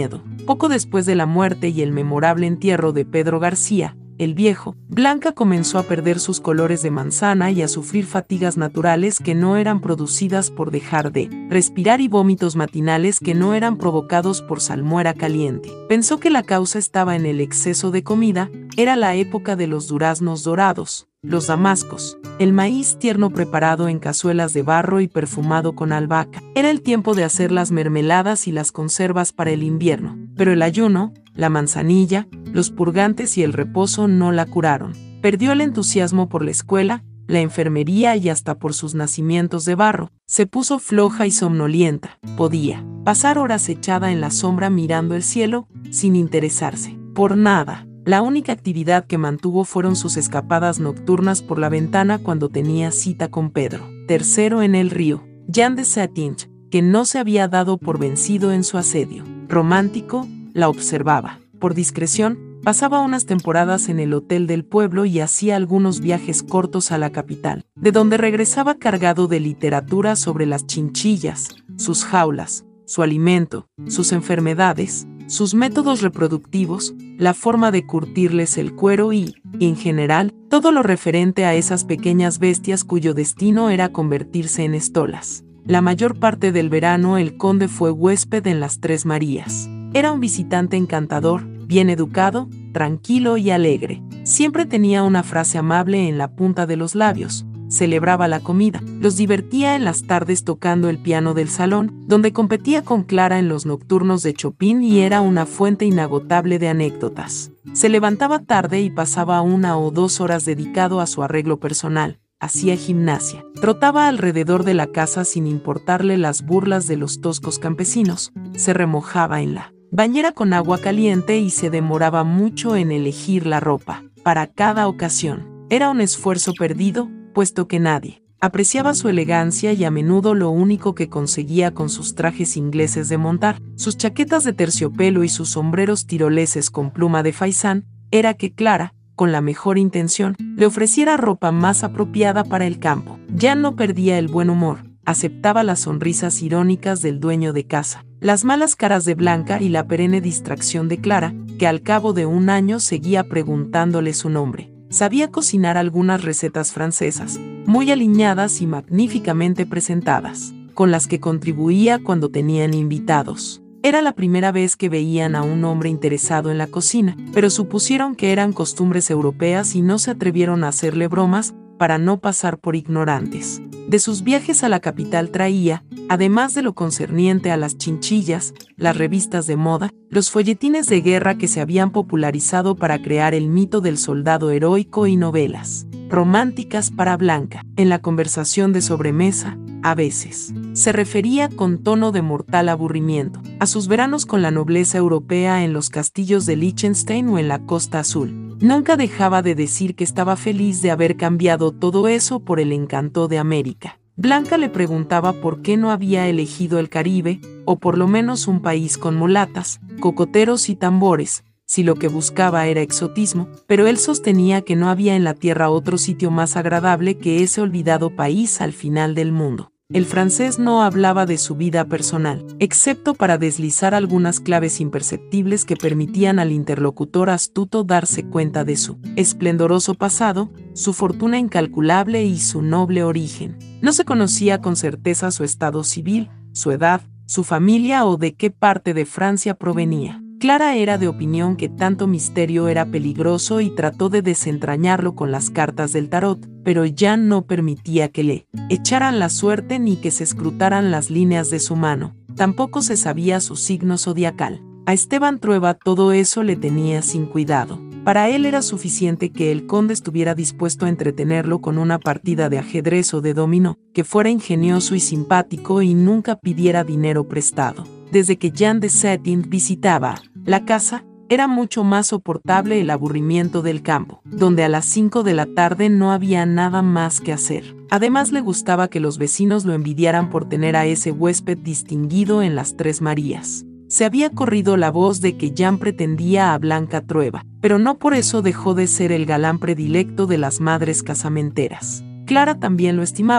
Poco después de la muerte y el memorable entierro de Pedro García, el Viejo, Blanca comenzó a perder sus colores de manzana y a sufrir fatigas naturales que no eran producidas por dejar de respirar y vómitos matinales que no eran provocados por salmuera caliente. Pensó que la causa estaba en el exceso de comida. Era la época de los duraznos dorados, los damascos, el maíz tierno preparado en cazuelas de barro y perfumado con albahaca. Era el tiempo de hacer las mermeladas y las conservas para el invierno, pero el ayuno, la manzanilla, los purgantes y el reposo no la curaron. Perdió el entusiasmo por la escuela, la enfermería y hasta por sus nacimientos de barro. Se puso floja y somnolienta. Podía pasar horas echada en la sombra mirando el cielo, sin interesarse por nada. La única actividad que mantuvo fueron sus escapadas nocturnas por la ventana cuando tenía cita con Pedro tercero en el río. Jean de Satinge, que no se había dado por vencido en su asedio romántico, la observaba. Por discreción, pasaba unas temporadas en el hotel del pueblo y hacía algunos viajes cortos a la capital, de donde regresaba cargado de literatura sobre las chinchillas, sus jaulas, su alimento, sus enfermedades, sus métodos reproductivos, la forma de curtirles el cuero y, en general, todo lo referente a esas pequeñas bestias cuyo destino era convertirse en estolas. La mayor parte del verano el conde fue huésped en las Tres Marías. Era un visitante encantador, bien educado, tranquilo y alegre. Siempre tenía una frase amable en la punta de los labios. Celebraba la comida, los divertía en las tardes tocando el piano del salón, donde competía con Clara en los nocturnos de Chopin y era una fuente inagotable de anécdotas. Se levantaba tarde y pasaba una o dos horas dedicado a su arreglo personal. Hacía gimnasia. Trotaba alrededor de la casa sin importarle las burlas de los toscos campesinos. Se remojaba en la bañera con agua caliente y se demoraba mucho en elegir la ropa para cada ocasión. Era un esfuerzo perdido, puesto que nadie apreciaba su elegancia y a menudo lo único que conseguía con sus trajes ingleses de montar, sus chaquetas de terciopelo y sus sombreros tiroleses con pluma de faisán, era que Clara, con la mejor intención, le ofreciera ropa más apropiada para el campo. Ya no perdía el buen humor, aceptaba las sonrisas irónicas del dueño de casa, las malas caras de Blanca y la perenne distracción de Clara, que al cabo de un año seguía preguntándole su nombre. Sabía cocinar algunas recetas francesas, muy aliñadas y magníficamente presentadas, con las que contribuía cuando tenían invitados. Era la primera vez que veían a un hombre interesado en la cocina, pero supusieron que eran costumbres europeas y no se atrevieron a hacerle bromas para no pasar por ignorantes. De sus viajes a la capital traía, además de lo concerniente a las chinchillas, las revistas de moda, los folletines de guerra que se habían popularizado para crear el mito del soldado heroico y novelas románticas para Blanca. En la conversación de sobremesa, a veces, se refería con tono de mortal aburrimiento a sus veranos con la nobleza europea en los castillos de Liechtenstein o en la Costa Azul. Nunca dejaba de decir que estaba feliz de haber cambiado todo eso por el encanto de América. Blanca le preguntaba por qué no había elegido el Caribe, o por lo menos un país con mulatas, cocoteros y tambores, si lo que buscaba era exotismo, pero él sostenía que no había en la tierra otro sitio más agradable que ese olvidado país al final del mundo. El francés no hablaba de su vida personal, excepto para deslizar algunas claves imperceptibles que permitían al interlocutor astuto darse cuenta de su esplendoroso pasado, su fortuna incalculable y su noble origen. No se conocía con certeza su estado civil, su edad, su familia o de qué parte de Francia provenía. Clara era de opinión que tanto misterio era peligroso y trató de desentrañarlo con las cartas del tarot, pero Jean no permitía que le echaran la suerte ni que se escrutaran las líneas de su mano. Tampoco se sabía su signo zodiacal. A Esteban Trueba todo eso le tenía sin cuidado. Para él era suficiente que el conde estuviera dispuesto a entretenerlo con una partida de ajedrez o de dominó, que fuera ingenioso y simpático y nunca pidiera dinero prestado. Desde que Jean de Satinge visitaba la casa, era mucho más soportable el aburrimiento del campo, donde a las cinco de la tarde no había nada más que hacer. Además le gustaba que los vecinos lo envidiaran por tener a ese huésped distinguido en las Tres Marías. Se había corrido la voz de que Jean pretendía a Blanca Trueba, pero no por eso dejó de ser el galán predilecto de las madres casamenteras. Clara también lo estimaba,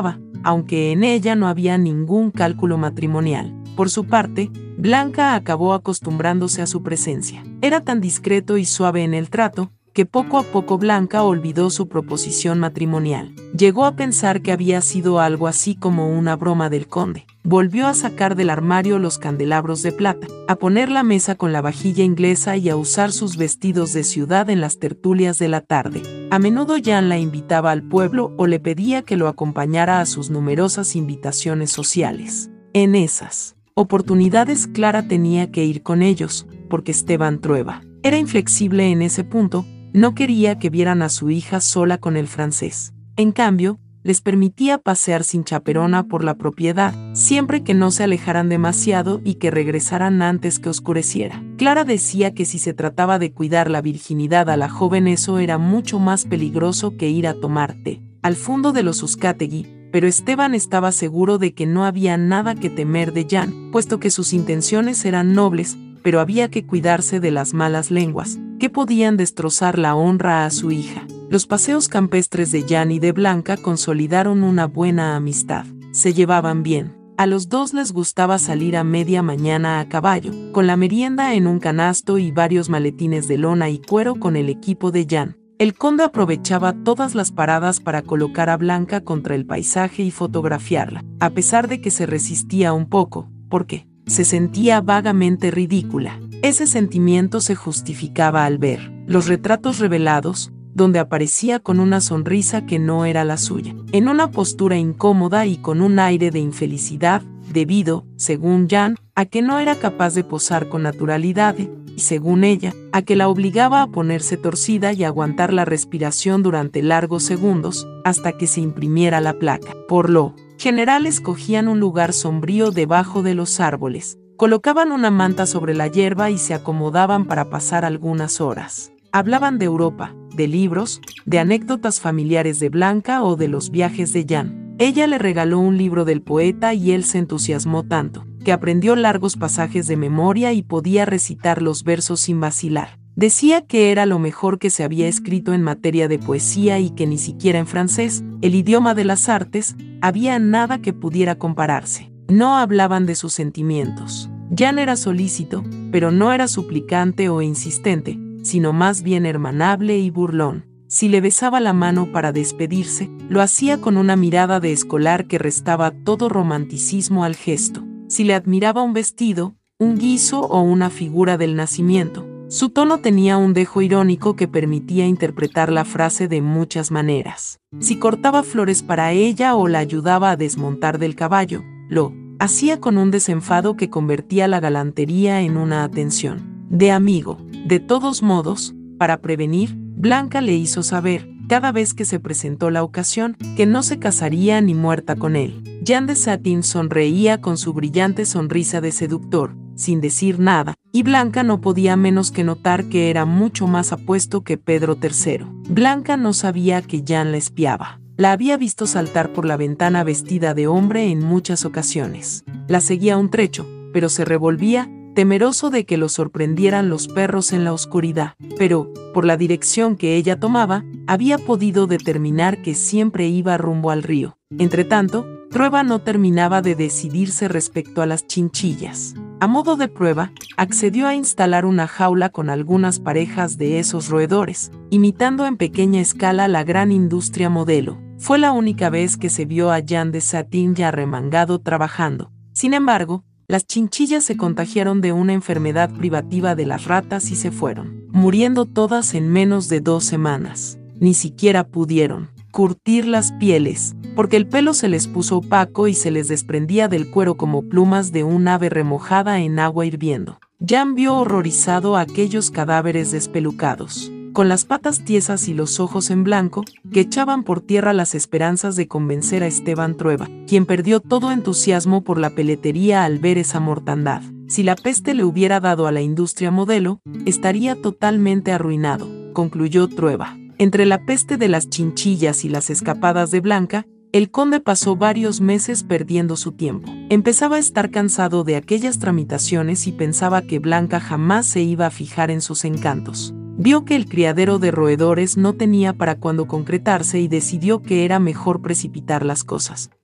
aunque en ella no había ningún cálculo matrimonial. Por su parte, Blanca acabó acostumbrándose a su presencia. Era tan discreto y suave en el trato, que poco a poco Blanca olvidó su proposición matrimonial. Llegó a pensar que había sido algo así como una broma del conde. Volvió a sacar del armario los candelabros de plata, a poner la mesa con la vajilla inglesa y a usar sus vestidos de ciudad en las tertulias de la tarde. A menudo Jan la invitaba al pueblo o le pedía que lo acompañara a sus numerosas invitaciones sociales. En esas oportunidades Clara tenía que ir con ellos, porque Esteban Trueba era inflexible en ese punto. No quería que vieran a su hija sola con el francés. En cambio, les permitía pasear sin chaperona por la propiedad, siempre que no se alejaran demasiado y que regresaran antes que oscureciera. Clara decía que si se trataba de cuidar la virginidad a la joven, eso era mucho más peligroso que ir a tomar té al fondo de los Uzcategui, pero Esteban estaba seguro de que no había nada que temer de Jan, puesto que sus intenciones eran nobles, pero había que cuidarse de las malas lenguas, que podían destrozar la honra a su hija. Los paseos campestres de Jan y de Blanca consolidaron una buena amistad. Se llevaban bien. A los dos les gustaba salir a media mañana a caballo, con la merienda en un canasto y varios maletines de lona y cuero con el equipo de Jan. El conde aprovechaba todas las paradas para colocar a Blanca contra el paisaje y fotografiarla, a pesar de que se resistía un poco, porque se sentía vagamente ridícula. Ese sentimiento se justificaba al ver los retratos revelados, donde aparecía con una sonrisa que no era la suya, en una postura incómoda y con un aire de infelicidad, debido, según Jan, a que no era capaz de posar con naturalidad y, según ella, a que la obligaba a ponerse torcida y aguantar la respiración durante largos segundos, hasta que se imprimiera la placa. Por lo general escogían un lugar sombrío debajo de los árboles, colocaban una manta sobre la hierba y se acomodaban para pasar algunas horas. Hablaban de Europa, de libros, de anécdotas familiares de Blanca o de los viajes de Jan. Ella le regaló un libro del poeta y él se entusiasmó tanto, que aprendió largos pasajes de memoria y podía recitar los versos sin vacilar. Decía que era lo mejor que se había escrito en materia de poesía y que ni siquiera en francés, el idioma de las artes, había nada que pudiera compararse. No hablaban de sus sentimientos. Jan era solícito, pero no era suplicante o insistente, sino más bien hermanable y burlón. Si le besaba la mano para despedirse, lo hacía con una mirada de escolar que restaba todo romanticismo al gesto. Si le admiraba un vestido, un guiso o una figura del nacimiento, su tono tenía un dejo irónico que permitía interpretar la frase de muchas maneras. Si cortaba flores para ella o la ayudaba a desmontar del caballo, lo hacía con un desenfado que convertía la galantería en una atención de amigo. De todos modos, para prevenir, Blanca le hizo saber, cada vez que se presentó la ocasión, que no se casaría ni muerta con él. Jan de Satin sonreía con su brillante sonrisa de seductor, sin decir nada, y Blanca no podía menos que notar que era mucho más apuesto que Pedro tercero. Blanca no sabía que Jan la espiaba. La había visto saltar por la ventana vestida de hombre en muchas ocasiones. La seguía un trecho, pero se revolvía, temeroso de que lo sorprendieran los perros en la oscuridad. Pero, por la dirección que ella tomaba, había podido determinar que siempre iba rumbo al río. Entretanto, Trueba no terminaba de decidirse respecto a las chinchillas. A modo de prueba, accedió a instalar una jaula con algunas parejas de esos roedores, imitando en pequeña escala la gran industria modelo. Fue la única vez que se vio a Jan de Satin ya remangado trabajando. Sin embargo, las chinchillas se contagiaron de una enfermedad privativa de las ratas y se fueron, muriendo todas en menos de dos semanas. Ni siquiera pudieron curtir las pieles, porque el pelo se les puso opaco y se les desprendía del cuero como plumas de un ave remojada en agua hirviendo. Jan vio horrorizado a aquellos cadáveres despelucados, con las patas tiesas y los ojos en blanco, que echaban por tierra las esperanzas de convencer a Esteban Trueba, quien perdió todo entusiasmo por la peletería al ver esa mortandad. Si la peste le hubiera dado a la industria modelo, estaría totalmente arruinado, concluyó Trueba. Entre la peste de las chinchillas y las escapadas de Blanca, el conde pasó varios meses perdiendo su tiempo. Empezaba a estar cansado de aquellas tramitaciones y pensaba que Blanca jamás se iba a fijar en sus encantos. Vio que el criadero de roedores no tenía para cuándo concretarse y decidió que era mejor precipitar las cosas.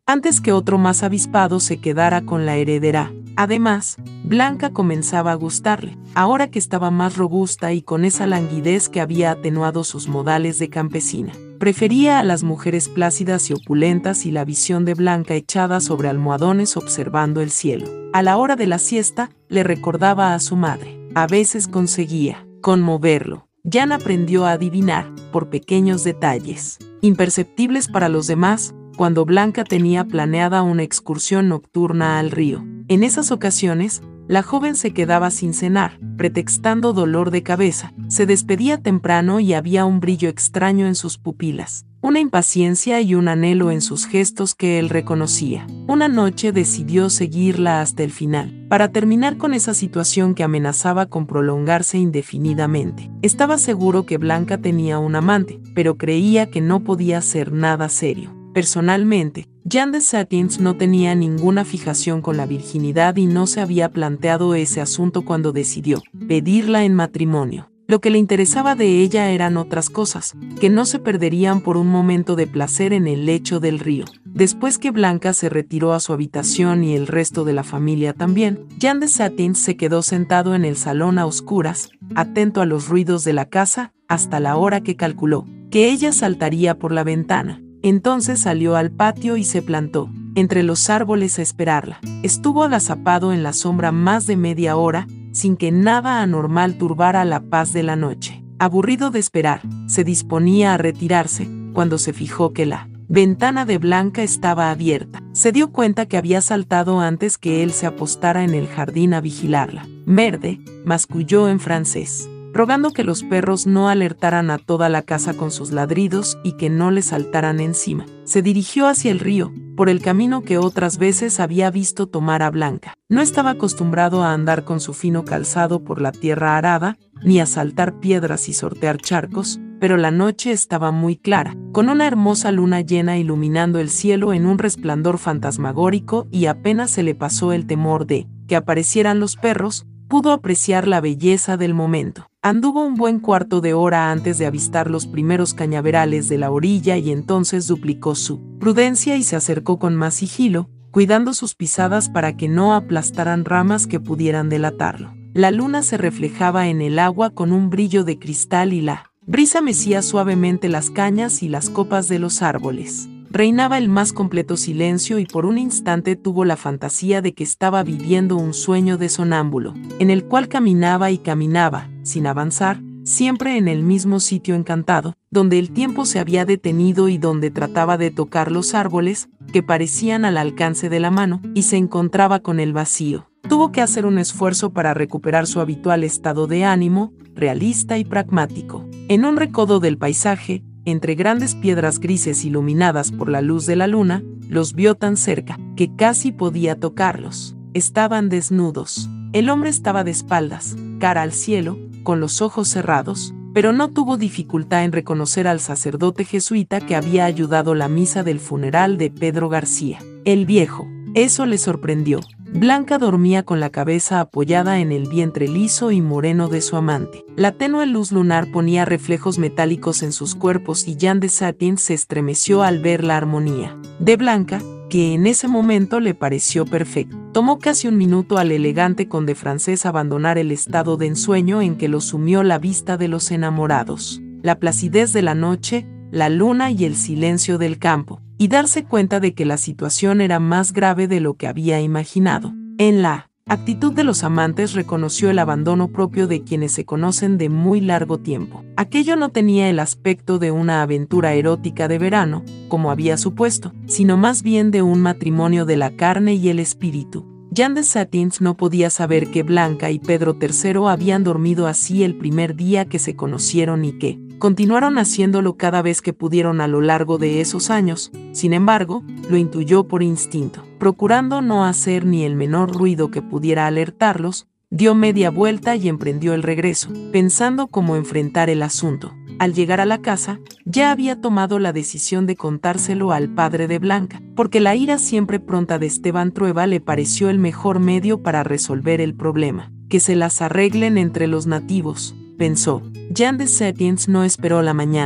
antes que otro más avispado se quedara con la heredera. Además, Blanca comenzaba a gustarle, ahora que estaba más robusta y con esa languidez que había atenuado sus modales de campesina. Prefería a las mujeres plácidas y opulentas, y la visión de Blanca echada sobre almohadones observando el cielo a la hora de la siesta le recordaba a su madre. A veces conseguía conmoverlo. Jan aprendió a adivinar, por pequeños detalles, imperceptibles para los demás, cuando Blanca tenía planeada una excursión nocturna al río. En esas ocasiones, la joven se quedaba sin cenar, pretextando dolor de cabeza. Se despedía temprano y había un brillo extraño en sus pupilas, una impaciencia y un anhelo en sus gestos que él reconocía. Una noche decidió seguirla hasta el final, para terminar con esa situación que amenazaba con prolongarse indefinidamente. Estaba seguro que Blanca tenía un amante, pero creía que no podía ser nada serio. Personalmente, Jan de Satins no tenía ninguna fijación con la virginidad y no se había planteado ese asunto cuando decidió pedirla en matrimonio. Lo que le interesaba de ella eran otras cosas, que no se perderían por un momento de placer en el lecho del río. Después que Blanca se retiró a su habitación y el resto de la familia también, Jan de Satins se quedó sentado en el salón a oscuras, atento a los ruidos de la casa, hasta la hora que calculó que ella saltaría por la ventana. Entonces salió al patio y se plantó entre los árboles a esperarla. Estuvo agazapado en la sombra más de media hora, sin que nada anormal turbara la paz de la noche. Aburrido de esperar, se disponía a retirarse, cuando se fijó que la ventana de Blanca estaba abierta. Se dio cuenta que había saltado antes que él se apostara en el jardín a vigilarla. Merde, masculló en francés, rogando que los perros no alertaran a toda la casa con sus ladridos y que no le saltaran encima. Se dirigió hacia el río, por el camino que otras veces había visto tomar a Blanca. No estaba acostumbrado a andar con su fino calzado por la tierra arada, ni a saltar piedras y sortear charcos, pero la noche estaba muy clara, con una hermosa luna llena iluminando el cielo en un resplandor fantasmagórico, y apenas se le pasó el temor de que aparecieran los perros, pudo apreciar la belleza del momento. Anduvo un buen cuarto de hora antes de avistar los primeros cañaverales de la orilla, y entonces duplicó su prudencia y se acercó con más sigilo, cuidando sus pisadas para que no aplastaran ramas que pudieran delatarlo. La luna se reflejaba en el agua con un brillo de cristal y la brisa mecía suavemente las cañas y las copas de los árboles. Reinaba el más completo silencio, y por un instante tuvo la fantasía de que estaba viviendo un sueño de sonámbulo, en el cual caminaba y caminaba, sin avanzar, siempre en el mismo sitio encantado, donde el tiempo se había detenido y donde trataba de tocar los árboles, que parecían al alcance de la mano, y se encontraba con el vacío. Tuvo que hacer un esfuerzo para recuperar su habitual estado de ánimo, realista y pragmático. En un recodo del paisaje, entre grandes piedras grises iluminadas por la luz de la luna, los vio tan cerca, que casi podía tocarlos. Estaban desnudos. El hombre estaba de espaldas, cara al cielo, con los ojos cerrados, pero no tuvo dificultad en reconocer al sacerdote jesuita que había ayudado la misa del funeral de Pedro García, el viejo. Eso le sorprendió. Blanca dormía con la cabeza apoyada en el vientre liso y moreno de su amante. La tenue luz lunar ponía reflejos metálicos en sus cuerpos, y Jan de Satins se estremeció al ver la armonía de Blanca, que en ese momento le pareció perfecto. Tomó casi un minuto al elegante conde francés abandonar el estado de ensueño en que lo sumió la vista de los enamorados, la placidez de la noche, la luna y el silencio del campo, y darse cuenta de que la situación era más grave de lo que había imaginado. En la actitud de los amantes reconoció el abandono propio de quienes se conocen de muy largo tiempo. Aquello no tenía el aspecto de una aventura erótica de verano, como había supuesto, sino más bien de un matrimonio de la carne y el espíritu. Jan de Satins no podía saber que Blanca y Pedro tercero habían dormido así el primer día que se conocieron y que continuaron haciéndolo cada vez que pudieron a lo largo de esos años. Sin embargo, lo intuyó por instinto. Procurando no hacer ni el menor ruido que pudiera alertarlos, dio media vuelta y emprendió el regreso, pensando cómo enfrentar el asunto. Al llegar a la casa, ya había tomado la decisión de contárselo al padre de Blanca, porque la ira siempre pronta de Esteban Trueba le pareció el mejor medio para resolver el problema. Que se las arreglen entre los nativos, pensó. Jan de Satins no esperó la mañana,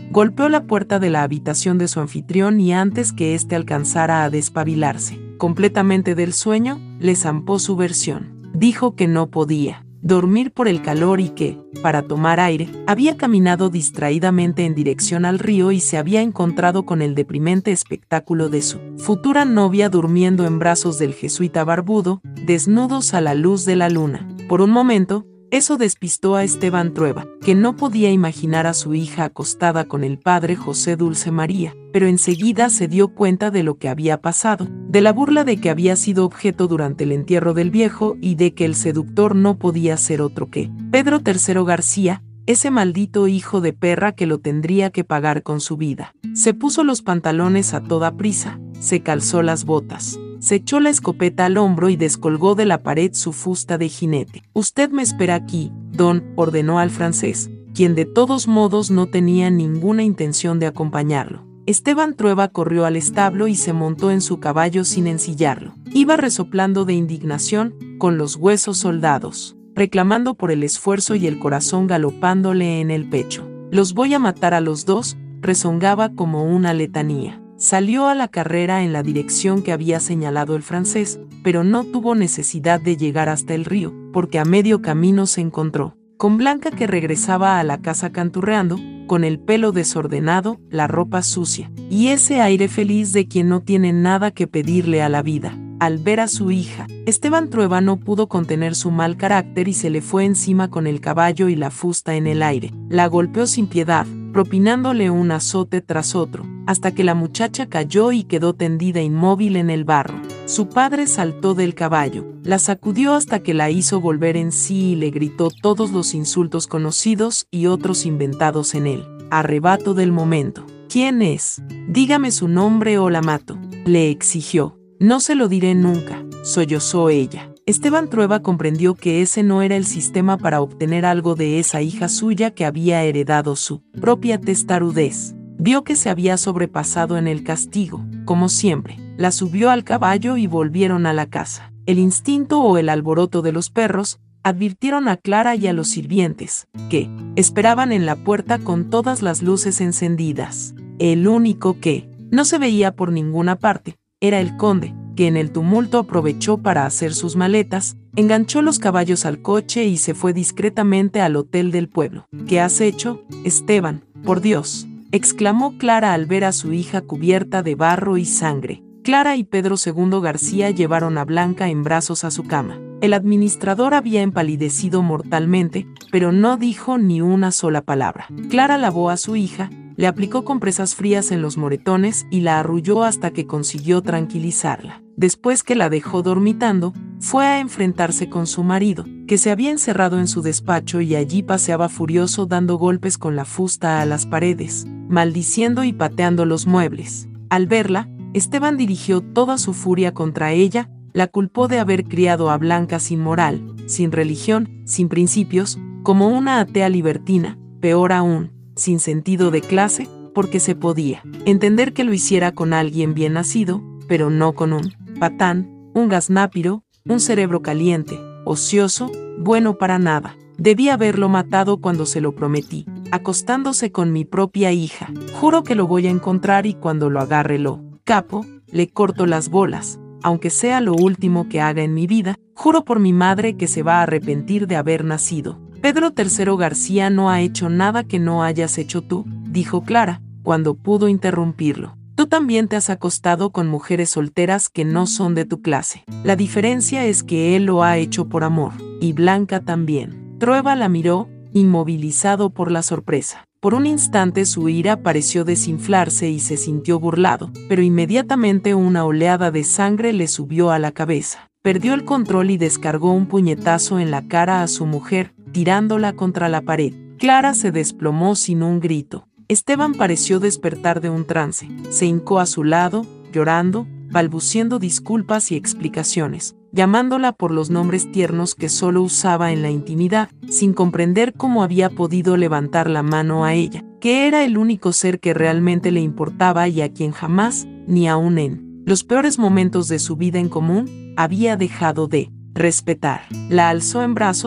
Golpeó la puerta de la habitación de su anfitrión y antes que éste alcanzara a despabilarse, completamente del sueño, le zampó su versión. Dijo que no podía dormir por el calor y que, para tomar aire, había caminado distraídamente en dirección al río y se había encontrado con el deprimente espectáculo de su futura novia durmiendo en brazos del jesuita barbudo, desnudos a la luz de la luna. Por un momento, eso despistó a Esteban Trueba, que no podía imaginar a su hija acostada con el padre José Dulce María, pero enseguida se dio cuenta de lo que había pasado, de la burla de que había sido objeto durante el entierro del viejo y de que el seductor no podía ser otro que Pedro tercero García, ese maldito hijo de perra que lo tendría que pagar con su vida. Se puso los pantalones a toda prisa, se calzó las botas. Se echó la escopeta al hombro y descolgó de la pared su fusta de jinete. «Usted me espera aquí, don», ordenó al francés, quien de todos modos no tenía ninguna intención de acompañarlo. Esteban Trueba corrió al establo y se montó en su caballo sin ensillarlo. Iba resoplando de indignación, con los huesos soldados, reclamando por el esfuerzo y el corazón galopándole en el pecho. «Los voy a matar a los dos», rezongaba como una letanía. Salió a la carrera en la dirección que había señalado el francés, pero no tuvo necesidad de llegar hasta el río, porque a medio camino se encontró con Blanca, que regresaba a la casa canturreando, con el pelo desordenado, la ropa sucia, y ese aire feliz de quien no tiene nada que pedirle a la vida. Al ver a su hija, Esteban Trueba no pudo contener su mal carácter y se le fue encima con el caballo y la fusta en el aire. La golpeó sin piedad, propinándole un azote tras otro, hasta que la muchacha cayó y quedó tendida inmóvil en el barro. Su padre saltó del caballo, la sacudió hasta que la hizo volver en sí y le gritó todos los insultos conocidos y otros inventados en el arrebato del momento. «¿Quién es? Dígame su nombre o la mato», le exigió. «No se lo diré nunca», sollozó ella. Esteban Trueba comprendió que ese no era el sistema para obtener algo de esa hija suya que había heredado su propia testarudez. Vio que se había sobrepasado en el castigo, como siempre. La subió al caballo y volvieron a la casa. El instinto o el alboroto de los perros advirtieron a Clara y a los sirvientes, que esperaban en la puerta con todas las luces encendidas. El único que no se veía por ninguna parte era el conde, que en el tumulto aprovechó para hacer sus maletas, enganchó los caballos al coche y se fue discretamente al hotel del pueblo. «¿Qué has hecho, Esteban? Por Dios», exclamó Clara al ver a su hija cubierta de barro y sangre. Clara y Pedro segundo García llevaron a Blanca en brazos a su cama. El administrador había empalidecido mortalmente, pero no dijo ni una sola palabra. Clara lavó a su hija, le aplicó compresas frías en los moretones y la arrulló hasta que consiguió tranquilizarla. Después que la dejó dormitando, fue a enfrentarse con su marido, que se había encerrado en su despacho y allí paseaba furioso dando golpes con la fusta a las paredes, maldiciendo y pateando los muebles. Al verla, Esteban dirigió toda su furia contra ella, la culpó de haber criado a Blanca sin moral, sin religión, sin principios, como una atea libertina, peor aún, sin sentido de clase, porque se podía entender que lo hiciera con alguien bien nacido, pero no con un patán, un gaznápiro, un cerebro caliente, ocioso, bueno para nada. Debí haberlo matado cuando se lo prometí, acostándose con mi propia hija. Juro que lo voy a encontrar y cuando lo agarre lo capo, le corto las bolas, aunque sea lo último que haga en mi vida. Juro por mi madre que se va a arrepentir de haber nacido. Pedro tercero García no ha hecho nada que no hayas hecho tú, dijo Clara, cuando pudo interrumpirlo. Tú también te has acostado con mujeres solteras que no son de tu clase. La diferencia es que él lo ha hecho por amor, y Blanca también. Trueba la miró, inmovilizado por la sorpresa. Por un instante su ira pareció desinflarse y se sintió burlado, pero inmediatamente una oleada de sangre le subió a la cabeza. Perdió el control y descargó un puñetazo en la cara a su mujer, tirándola contra la pared. Clara se desplomó sin un grito. Esteban pareció despertar de un trance. Se hincó a su lado, llorando, balbuciendo disculpas y explicaciones, llamándola por los nombres tiernos que solo usaba en la intimidad, sin comprender cómo había podido levantar la mano a ella, que era el único ser que realmente le importaba y a quien jamás, ni aun en los peores momentos de su vida en común, había dejado de respetar. La alzó en brazos,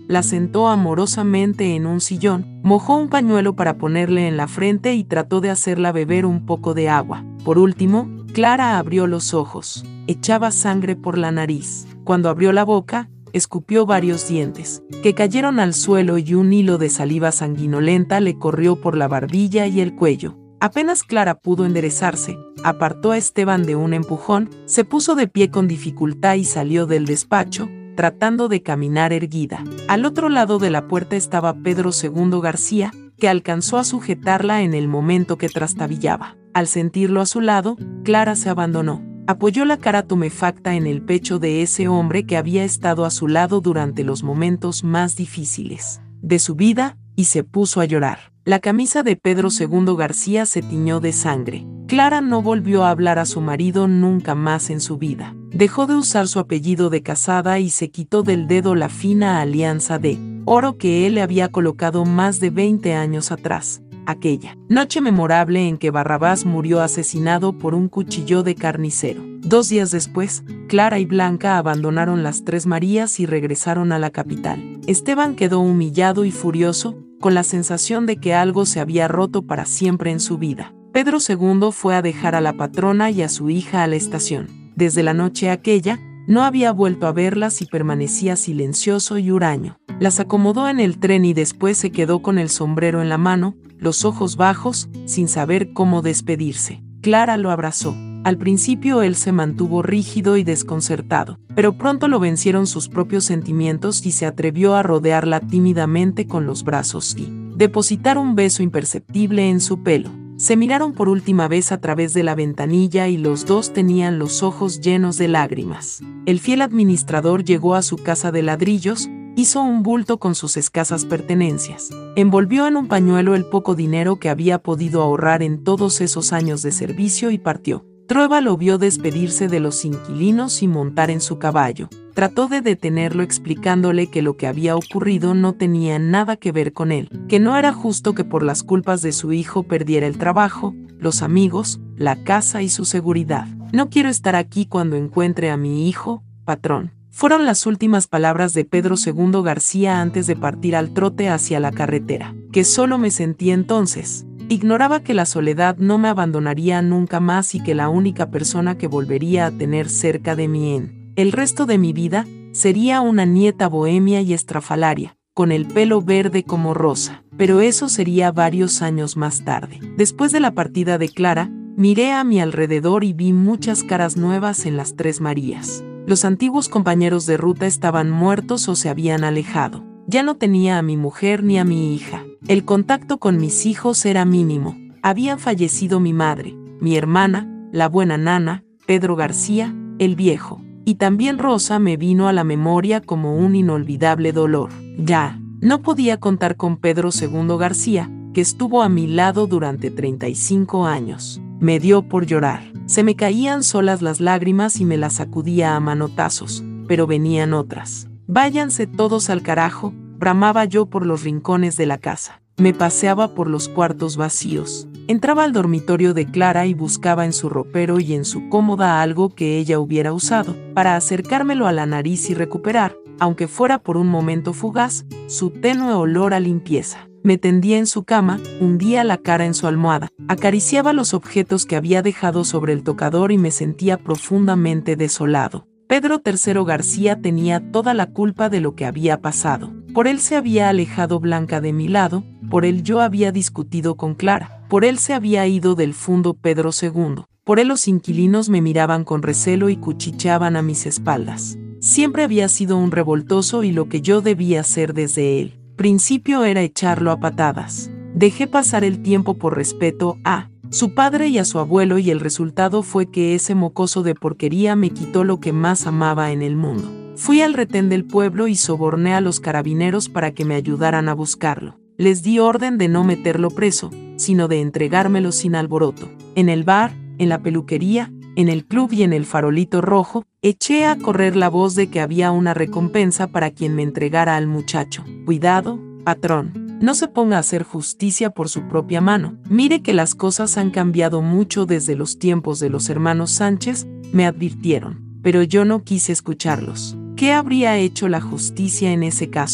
la sentó amorosamente en un sillón, mojó un pañuelo para ponerle en la frente y trató de hacerla beber un poco de agua. Por último, Clara abrió los ojos. Echaba sangre por la nariz. Cuando abrió la boca, escupió varios dientes, que cayeron al suelo y un hilo de saliva sanguinolenta le corrió por la barbilla y el cuello. Apenas Clara pudo enderezarse, apartó a Esteban de un empujón, se puso de pie con dificultad y salió del despacho, tratando de caminar erguida. Al otro lado de la puerta estaba Pedro segundo García, que alcanzó a sujetarla en el momento que trastabillaba. Al sentirlo a su lado, Clara se abandonó. Apoyó la cara tumefacta en el pecho de ese hombre que había estado a su lado durante los momentos más difíciles de su vida, y se puso a llorar. La camisa de Pedro segundo García se tiñó de sangre. Clara no volvió a hablar a su marido nunca más en su vida. Dejó de usar su apellido de casada y se quitó del dedo la fina alianza de oro que él le había colocado más de veinte años atrás. Aquella noche memorable en que Barrabás murió asesinado por un cuchillo de carnicero. Dos días después, Clara y Blanca abandonaron las Tres Marías y regresaron a la capital. Esteban quedó humillado y furioso, con la sensación de que algo se había roto para siempre en su vida. Pedro segundo fue a dejar a la patrona y a su hija a la estación. Desde la noche aquella, no había vuelto a verlas y permanecía silencioso y huraño. Las acomodó en el tren y después se quedó con el sombrero en la mano, los ojos bajos, sin saber cómo despedirse. Clara lo abrazó. Al principio él se mantuvo rígido y desconcertado, pero pronto lo vencieron sus propios sentimientos y se atrevió a rodearla tímidamente con los brazos y depositar un beso imperceptible en su pelo. Se miraron por última vez a través de la ventanilla y los dos tenían los ojos llenos de lágrimas. El fiel administrador llegó a su casa de ladrillos, hizo un bulto con sus escasas pertenencias, envolvió en un pañuelo el poco dinero que había podido ahorrar en todos esos años de servicio y partió. Trueba lo vio despedirse de los inquilinos y montar en su caballo. Trató de detenerlo explicándole que lo que había ocurrido no tenía nada que ver con él, que no era justo que por las culpas de su hijo perdiera el trabajo, los amigos, la casa y su seguridad. No quiero estar aquí cuando encuentre a mi hijo, patrón. Fueron las últimas palabras de Pedro segundo García antes de partir al trote hacia la carretera. Que solo me sentí entonces. Ignoraba que la soledad no me abandonaría nunca más y que la única persona que volvería a tener cerca de mí en el resto de mi vida sería una nieta bohemia y estrafalaria, con el pelo verde como rosa. Pero eso sería varios años más tarde. Después de la partida de Clara, miré a mi alrededor y vi muchas caras nuevas en las Tres Marías. Los antiguos compañeros de ruta estaban muertos o se habían alejado. Ya no tenía a mi mujer ni a mi hija. El contacto con mis hijos era mínimo. Habían fallecido mi madre, mi hermana, la buena nana, Pedro García, el viejo. Y también Rosa me vino a la memoria como un inolvidable dolor. Ya, no podía contar con Pedro segundo García, que estuvo a mi lado durante treinta y cinco años. Me dio por llorar. Se me caían solas las lágrimas y me las sacudía a manotazos, pero venían otras. Váyanse todos al carajo, bramaba yo por los rincones de la casa. Me paseaba por los cuartos vacíos. Entraba al dormitorio de Clara y buscaba en su ropero y en su cómoda algo que ella hubiera usado, para acercármelo a la nariz y recuperar, aunque fuera por un momento fugaz, su tenue olor a limpieza. Me tendía en su cama, hundía la cara en su almohada, acariciaba los objetos que había dejado sobre el tocador y me sentía profundamente desolado. Pedro tercero García tenía toda la culpa de lo que había pasado. Por él se había alejado Blanca de mi lado, por él yo había discutido con Clara, por él se había ido del fundo Pedro segundo, por él los inquilinos me miraban con recelo y cuchicheaban a mis espaldas. Siempre había sido un revoltoso y lo que yo debía hacer desde el principio era echarlo a patadas. Dejé pasar el tiempo por respeto a su padre y a su abuelo y el resultado fue que ese mocoso de porquería me quitó lo que más amaba en el mundo. Fui al retén del pueblo y soborné a los carabineros para que me ayudaran a buscarlo. Les di orden de no meterlo preso, sino de entregármelo sin alboroto. En el bar, en la peluquería, en el club y en el farolito rojo, eché a correr la voz de que había una recompensa para quien me entregara al muchacho. Cuidado, patrón. No se ponga a hacer justicia por su propia mano. Mire que las cosas han cambiado mucho desde los tiempos de los hermanos Sánchez, me advirtieron. Pero yo no quise escucharlos. ¿Qué habría hecho la justicia en ese caso?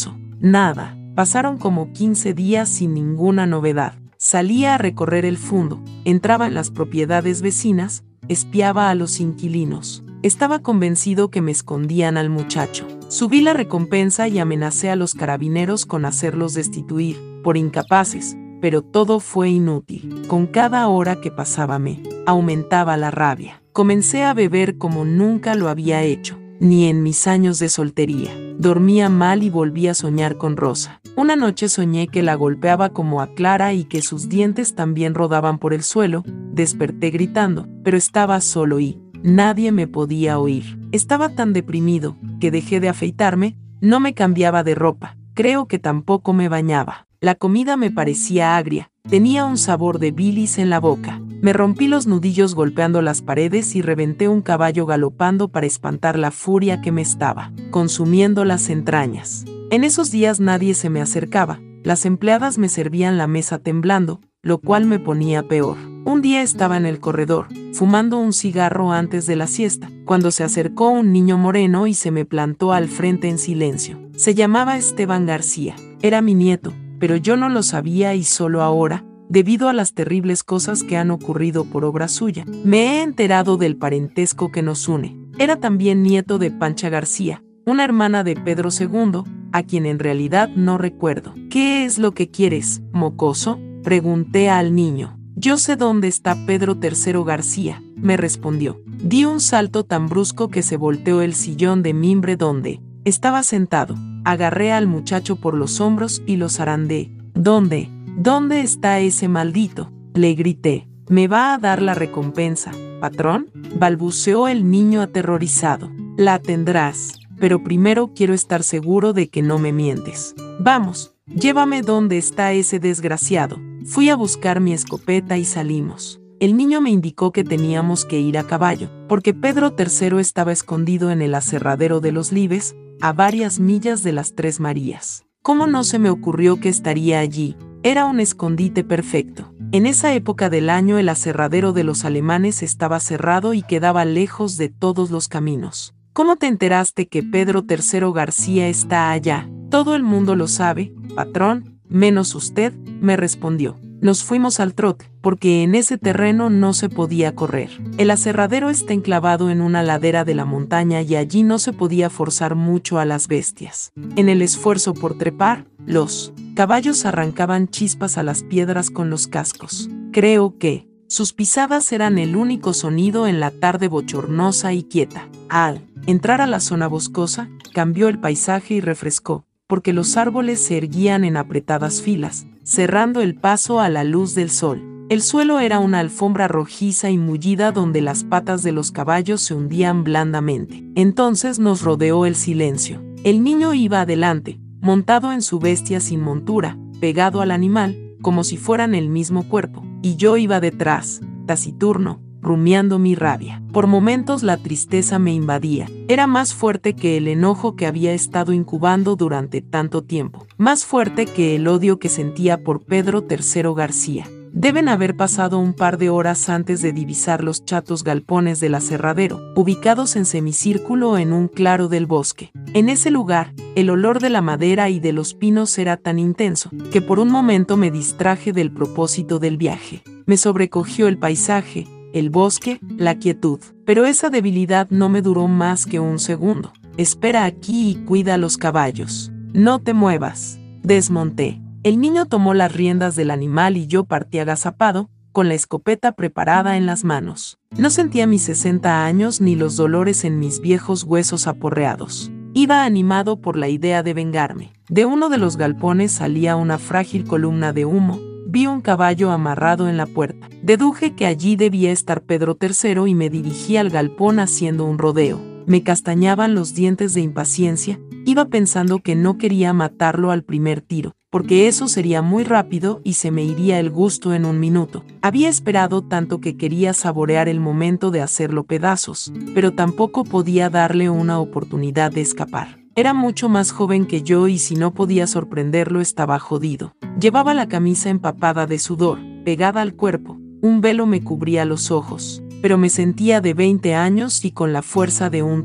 Nada. Pasaron como quince días sin ninguna novedad. Salía a recorrer el fundo, entraba en las propiedades vecinas, espiaba a los inquilinos. Estaba convencido que me escondían al muchacho. Subí la recompensa y amenacé a los carabineros con hacerlos destituir, por incapaces, pero todo fue inútil. Con cada hora que pasaba me aumentaba la rabia. Comencé a beber como nunca lo había hecho, ni en mis años de soltería. Dormía mal y volví a soñar con Rosa. Una noche soñé que la golpeaba como a Clara y que sus dientes también rodaban por el suelo. Desperté gritando, pero estaba solo y nadie me podía oír. Estaba tan deprimido que dejé de afeitarme, no me cambiaba de ropa, creo que tampoco me bañaba. La comida me parecía agria, tenía un sabor de bilis en la boca. Me rompí los nudillos golpeando las paredes y reventé un caballo galopando para espantar la furia que me estaba consumiendo las entrañas. En esos días nadie se me acercaba, las empleadas me servían la mesa temblando, lo cual me ponía peor. Un día estaba en el corredor, fumando un cigarro antes de la siesta, cuando se acercó un niño moreno y se me plantó al frente en silencio. Se llamaba Esteban García, era mi nieto, pero yo no lo sabía y solo ahora, debido a las terribles cosas que han ocurrido por obra suya, me he enterado del parentesco que nos une. Era también nieto de Pancha García, una hermana de Pedro segundo, a quien en realidad no recuerdo. ¿Qué es lo que quieres, mocoso?, pregunté al niño. Yo sé dónde está Pedro tercero García, me respondió. Di un salto tan brusco que se volteó el sillón de mimbre donde estaba sentado. Agarré al muchacho por los hombros y lo zarandeé. ¿Dónde? ¿Dónde está ese maldito?, le grité. ¿Me va a dar la recompensa, patrón?, balbuceó el niño aterrorizado. La tendrás, pero primero quiero estar seguro de que no me mientes. Vamos, llévame donde está ese desgraciado. Fui a buscar mi escopeta y salimos. El niño me indicó que teníamos que ir a caballo, porque Pedro tercero estaba escondido en el aserradero de los Libes, a varias millas de las Tres Marías. ¿Cómo no se me ocurrió que estaría allí? Era un escondite perfecto. En esa época del año el aserradero de los alemanes estaba cerrado y quedaba lejos de todos los caminos. ¿Cómo te enteraste que Pedro tercero García está allá? Todo el mundo lo sabe, patrón, menos usted, me respondió. Nos fuimos al trote, porque en ese terreno no se podía correr. El aserradero está enclavado en una ladera de la montaña y allí no se podía forzar mucho a las bestias. En el esfuerzo por trepar, los caballos arrancaban chispas a las piedras con los cascos. Creo que sus pisadas eran el único sonido en la tarde bochornosa y quieta. Al entrar a la zona boscosa, cambió el paisaje y refrescó, porque los árboles se erguían en apretadas filas, cerrando el paso a la luz del sol. El suelo era una alfombra rojiza y mullida donde las patas de los caballos se hundían blandamente. Entonces nos rodeó el silencio. El niño iba adelante, montado en su bestia sin montura, pegado al animal, como si fueran el mismo cuerpo, y yo iba detrás, taciturno, rumiando mi rabia. Por momentos la tristeza me invadía. Era más fuerte que el enojo que había estado incubando durante tanto tiempo. Más fuerte que el odio que sentía por Pedro tercero García. Deben haber pasado un par de horas antes de divisar los chatos galpones del aserradero, ubicados en semicírculo en un claro del bosque. En ese lugar, el olor de la madera y de los pinos era tan intenso, que por un momento me distraje del propósito del viaje. Me sobrecogió el paisaje, el bosque, la quietud. Pero esa debilidad no me duró más que un segundo. Espera aquí y cuida a los caballos. No te muevas. Desmonté. El niño tomó las riendas del animal y yo partí agazapado, con la escopeta preparada en las manos. No sentía mis sesenta años ni los dolores en mis viejos huesos aporreados. Iba animado por la idea de vengarme. De uno de los galpones salía una frágil columna de humo. Vi un caballo amarrado en la puerta. Deduje que allí debía estar Pedro tercero y me dirigí al galpón haciendo un rodeo. Me castañaban los dientes de impaciencia. Iba pensando que no quería matarlo al primer tiro, porque eso sería muy rápido y se me iría el gusto en un minuto. Había esperado tanto que quería saborear el momento de hacerlo pedazos, pero tampoco podía darle una oportunidad de escapar. Era mucho más joven que yo y si no podía sorprenderlo estaba jodido. Llevaba la camisa empapada de sudor, pegada al cuerpo, un velo me cubría los ojos, pero me sentía de veinte años y con la fuerza de un toro.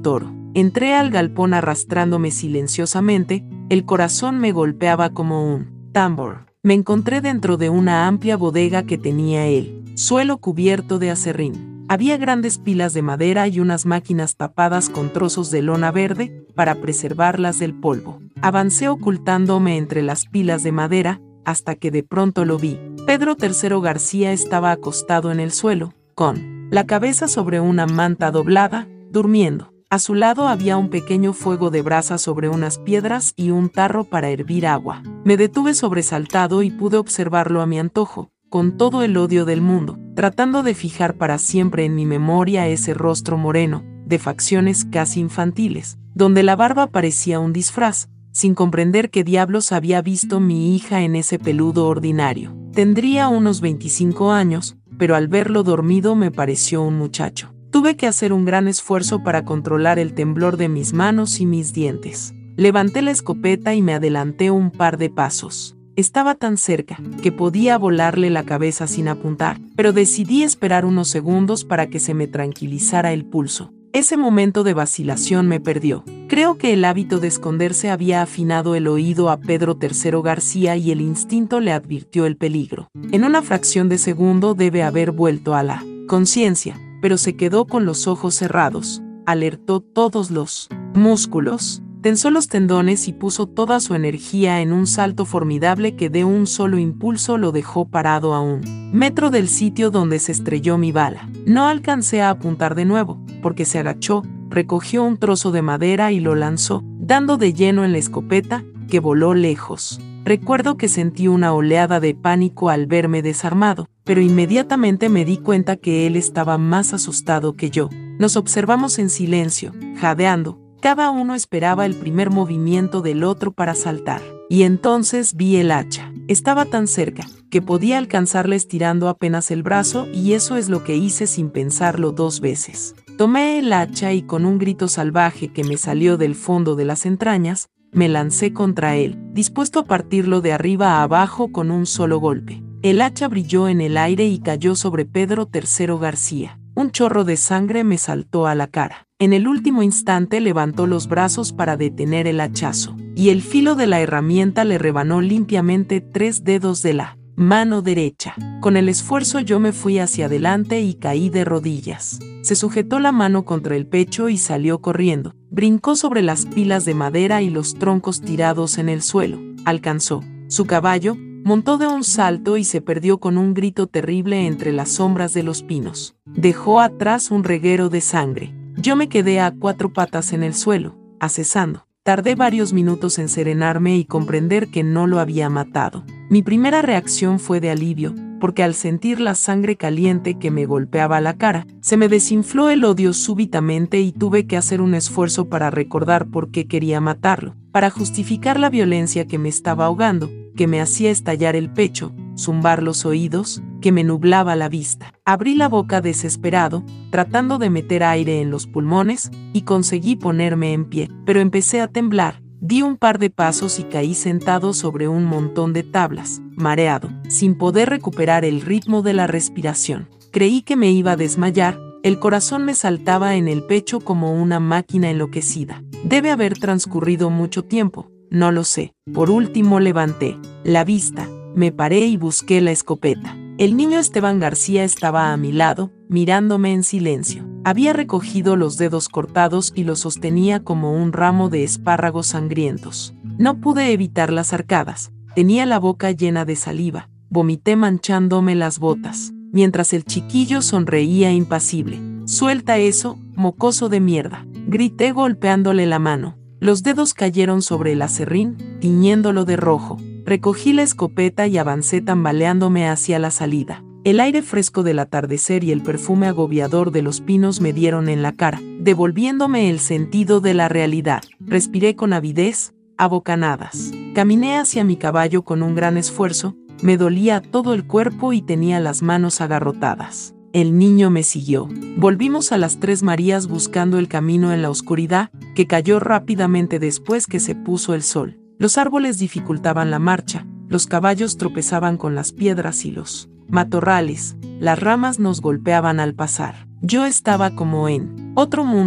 Entré al galpón arrastrándome silenciosamente, el corazón me golpeaba como un tambor. Me encontré dentro de una amplia bodega que tenía el suelo cubierto de acerrín. Había grandes pilas de madera y unas máquinas tapadas con trozos de lona verde para preservarlas del polvo. Avancé ocultándome entre las pilas de madera hasta que de pronto lo vi. Pedro tercero García estaba acostado en el suelo, con la cabeza sobre una manta doblada, durmiendo. A su lado había un pequeño fuego de brasa sobre unas piedras y un tarro para hervir agua. Me detuve sobresaltado y pude observarlo a mi antojo, con todo el odio del mundo, tratando de fijar para siempre en mi memoria ese rostro moreno, de facciones casi infantiles, donde la barba parecía un disfraz, sin comprender qué diablos había visto mi hija en ese peludo ordinario. Tendría unos veinticinco años, pero al verlo dormido me pareció un muchacho. Tuve que hacer un gran esfuerzo para controlar el temblor de mis manos y mis dientes. Levanté la escopeta y me adelanté un par de pasos. Estaba tan cerca que podía volarle la cabeza sin apuntar, pero decidí esperar unos segundos para que se me tranquilizara el pulso. Ese momento de vacilación me perdió. Creo que el hábito de esconderse había afinado el oído a Pedro tercero García y el instinto le advirtió el peligro. En una fracción de segundo debe haber vuelto a la conciencia, pero se quedó con los ojos cerrados, alertó todos los músculos, tensó los tendones y puso toda su energía en un salto formidable que de un solo impulso lo dejó parado a un metro del sitio donde se estrelló mi bala. No alcancé a apuntar de nuevo, porque se agachó, recogió un trozo de madera y lo lanzó, dando de lleno en la escopeta, que voló lejos. Recuerdo que sentí una oleada de pánico al verme desarmado, pero inmediatamente me di cuenta que él estaba más asustado que yo. Nos observamos en silencio, jadeando. Cada uno esperaba el primer movimiento del otro para saltar. Y entonces vi el hacha. Estaba tan cerca, que podía alcanzarla estirando apenas el brazo, y eso es lo que hice sin pensarlo dos veces. Tomé el hacha y con un grito salvaje que me salió del fondo de las entrañas, me lancé contra él, dispuesto a partirlo de arriba a abajo con un solo golpe. El hacha brilló en el aire y cayó sobre Pedro tercero García. Un chorro de sangre me saltó a la cara. En el último instante levantó los brazos para detener el hachazo, y el filo de la herramienta le rebanó limpiamente tres dedos de la mano derecha. Con el esfuerzo yo me fui hacia adelante y caí de rodillas. Se sujetó la mano contra el pecho y salió corriendo. Brincó sobre las pilas de madera y los troncos tirados en el suelo. Alcanzó su caballo, montó de un salto y se perdió con un grito terrible entre las sombras de los pinos. Dejó atrás un reguero de sangre. Yo me quedé a cuatro patas en el suelo, acesando. Tardé varios minutos en serenarme y comprender que no lo había matado. Mi primera reacción fue de alivio, porque al sentir la sangre caliente que me golpeaba la cara, se me desinfló el odio súbitamente y tuve que hacer un esfuerzo para recordar por qué quería matarlo, para justificar la violencia que me estaba ahogando, que me hacía estallar el pecho, zumbar los oídos, que me nublaba la vista. Abrí la boca desesperado, tratando de meter aire en los pulmones, y conseguí ponerme en pie, pero empecé a temblar. Di un par de pasos y caí sentado sobre un montón de tablas, mareado, sin poder recuperar el ritmo de la respiración. Creí que me iba a desmayar, el corazón me saltaba en el pecho como una máquina enloquecida. Debe haber transcurrido mucho tiempo, no lo sé. Por último levanté la vista, me paré y busqué la escopeta. El niño Esteban García estaba a mi lado, mirándome en silencio. Había recogido los dedos cortados y los sostenía como un ramo de espárragos sangrientos. No pude evitar las arcadas. Tenía la boca llena de saliva. Vomité manchándome las botas, mientras el chiquillo sonreía impasible. «Suelta eso, mocoso de mierda», grité golpeándole la mano. Los dedos cayeron sobre el acerrín, tiñéndolo de rojo. Recogí la escopeta y avancé tambaleándome hacia la salida. El aire fresco del atardecer y el perfume agobiador de los pinos me dieron en la cara, devolviéndome el sentido de la realidad. Respiré con avidez, a bocanadas. Caminé hacia mi caballo con un gran esfuerzo, me dolía todo el cuerpo y tenía las manos agarrotadas. El niño me siguió. Volvimos a las Tres Marías buscando el camino en la oscuridad, que cayó rápidamente después que se puso el sol. Los árboles dificultaban la marcha, los caballos tropezaban con las piedras y los matorrales, las ramas nos golpeaban al pasar. Yo estaba como en otro mundo,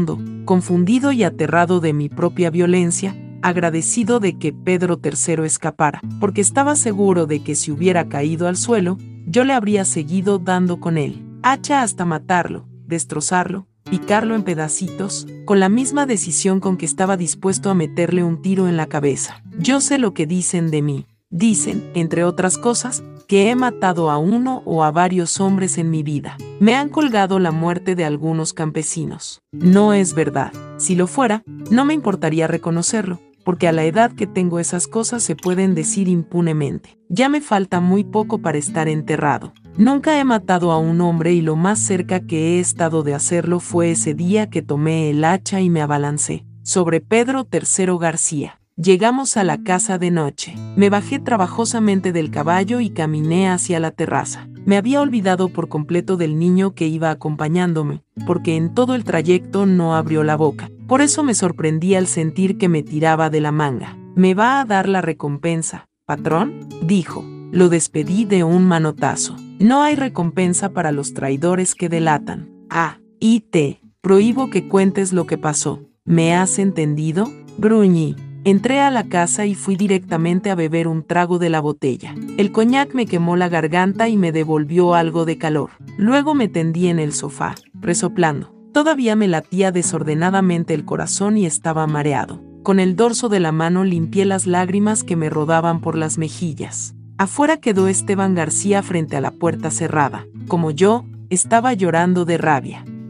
confundido y aterrado de mi propia violencia, agradecido de que Pedro tercero escapara, porque estaba seguro de que si hubiera caído al suelo, yo le habría seguido dando con él hacha hasta matarlo, destrozarlo, picarlo en pedacitos, con la misma decisión con que estaba dispuesto a meterle un tiro en la cabeza. Yo sé lo que dicen de mí. Dicen, entre otras cosas, que he matado a uno o a varios hombres en mi vida. Me han colgado la muerte de algunos campesinos. No es verdad. Si lo fuera, no me importaría reconocerlo, porque a la edad que tengo esas cosas se pueden decir impunemente. Ya me falta muy poco para estar enterrado. Nunca he matado a un hombre y lo más cerca que he estado de hacerlo fue ese día que tomé el hacha y me abalancé sobre Pedro tercero García. Llegamos a la casa de noche. Me bajé trabajosamente del caballo y caminé hacia la terraza. Me había olvidado por completo del niño que iba acompañándome, porque en todo el trayecto no abrió la boca. Por eso me sorprendí al sentir que me tiraba de la manga. ¿Me va a dar la recompensa, patrón?, dijo. Lo despedí de un manotazo. No hay recompensa para los traidores que delatan. Ah, y te prohíbo que cuentes lo que pasó. ¿Me has entendido?, gruñí. Entré a la casa y fui directamente a beber un trago de la botella. El coñac me quemó la garganta y me devolvió algo de calor. Luego me tendí en el sofá, resoplando. Todavía me latía desordenadamente el corazón y estaba mareado. Con el dorso de la mano limpié las lágrimas que me rodaban por las mejillas. Afuera quedó Esteban García frente a la puerta cerrada. Como yo, estaba llorando de rabia.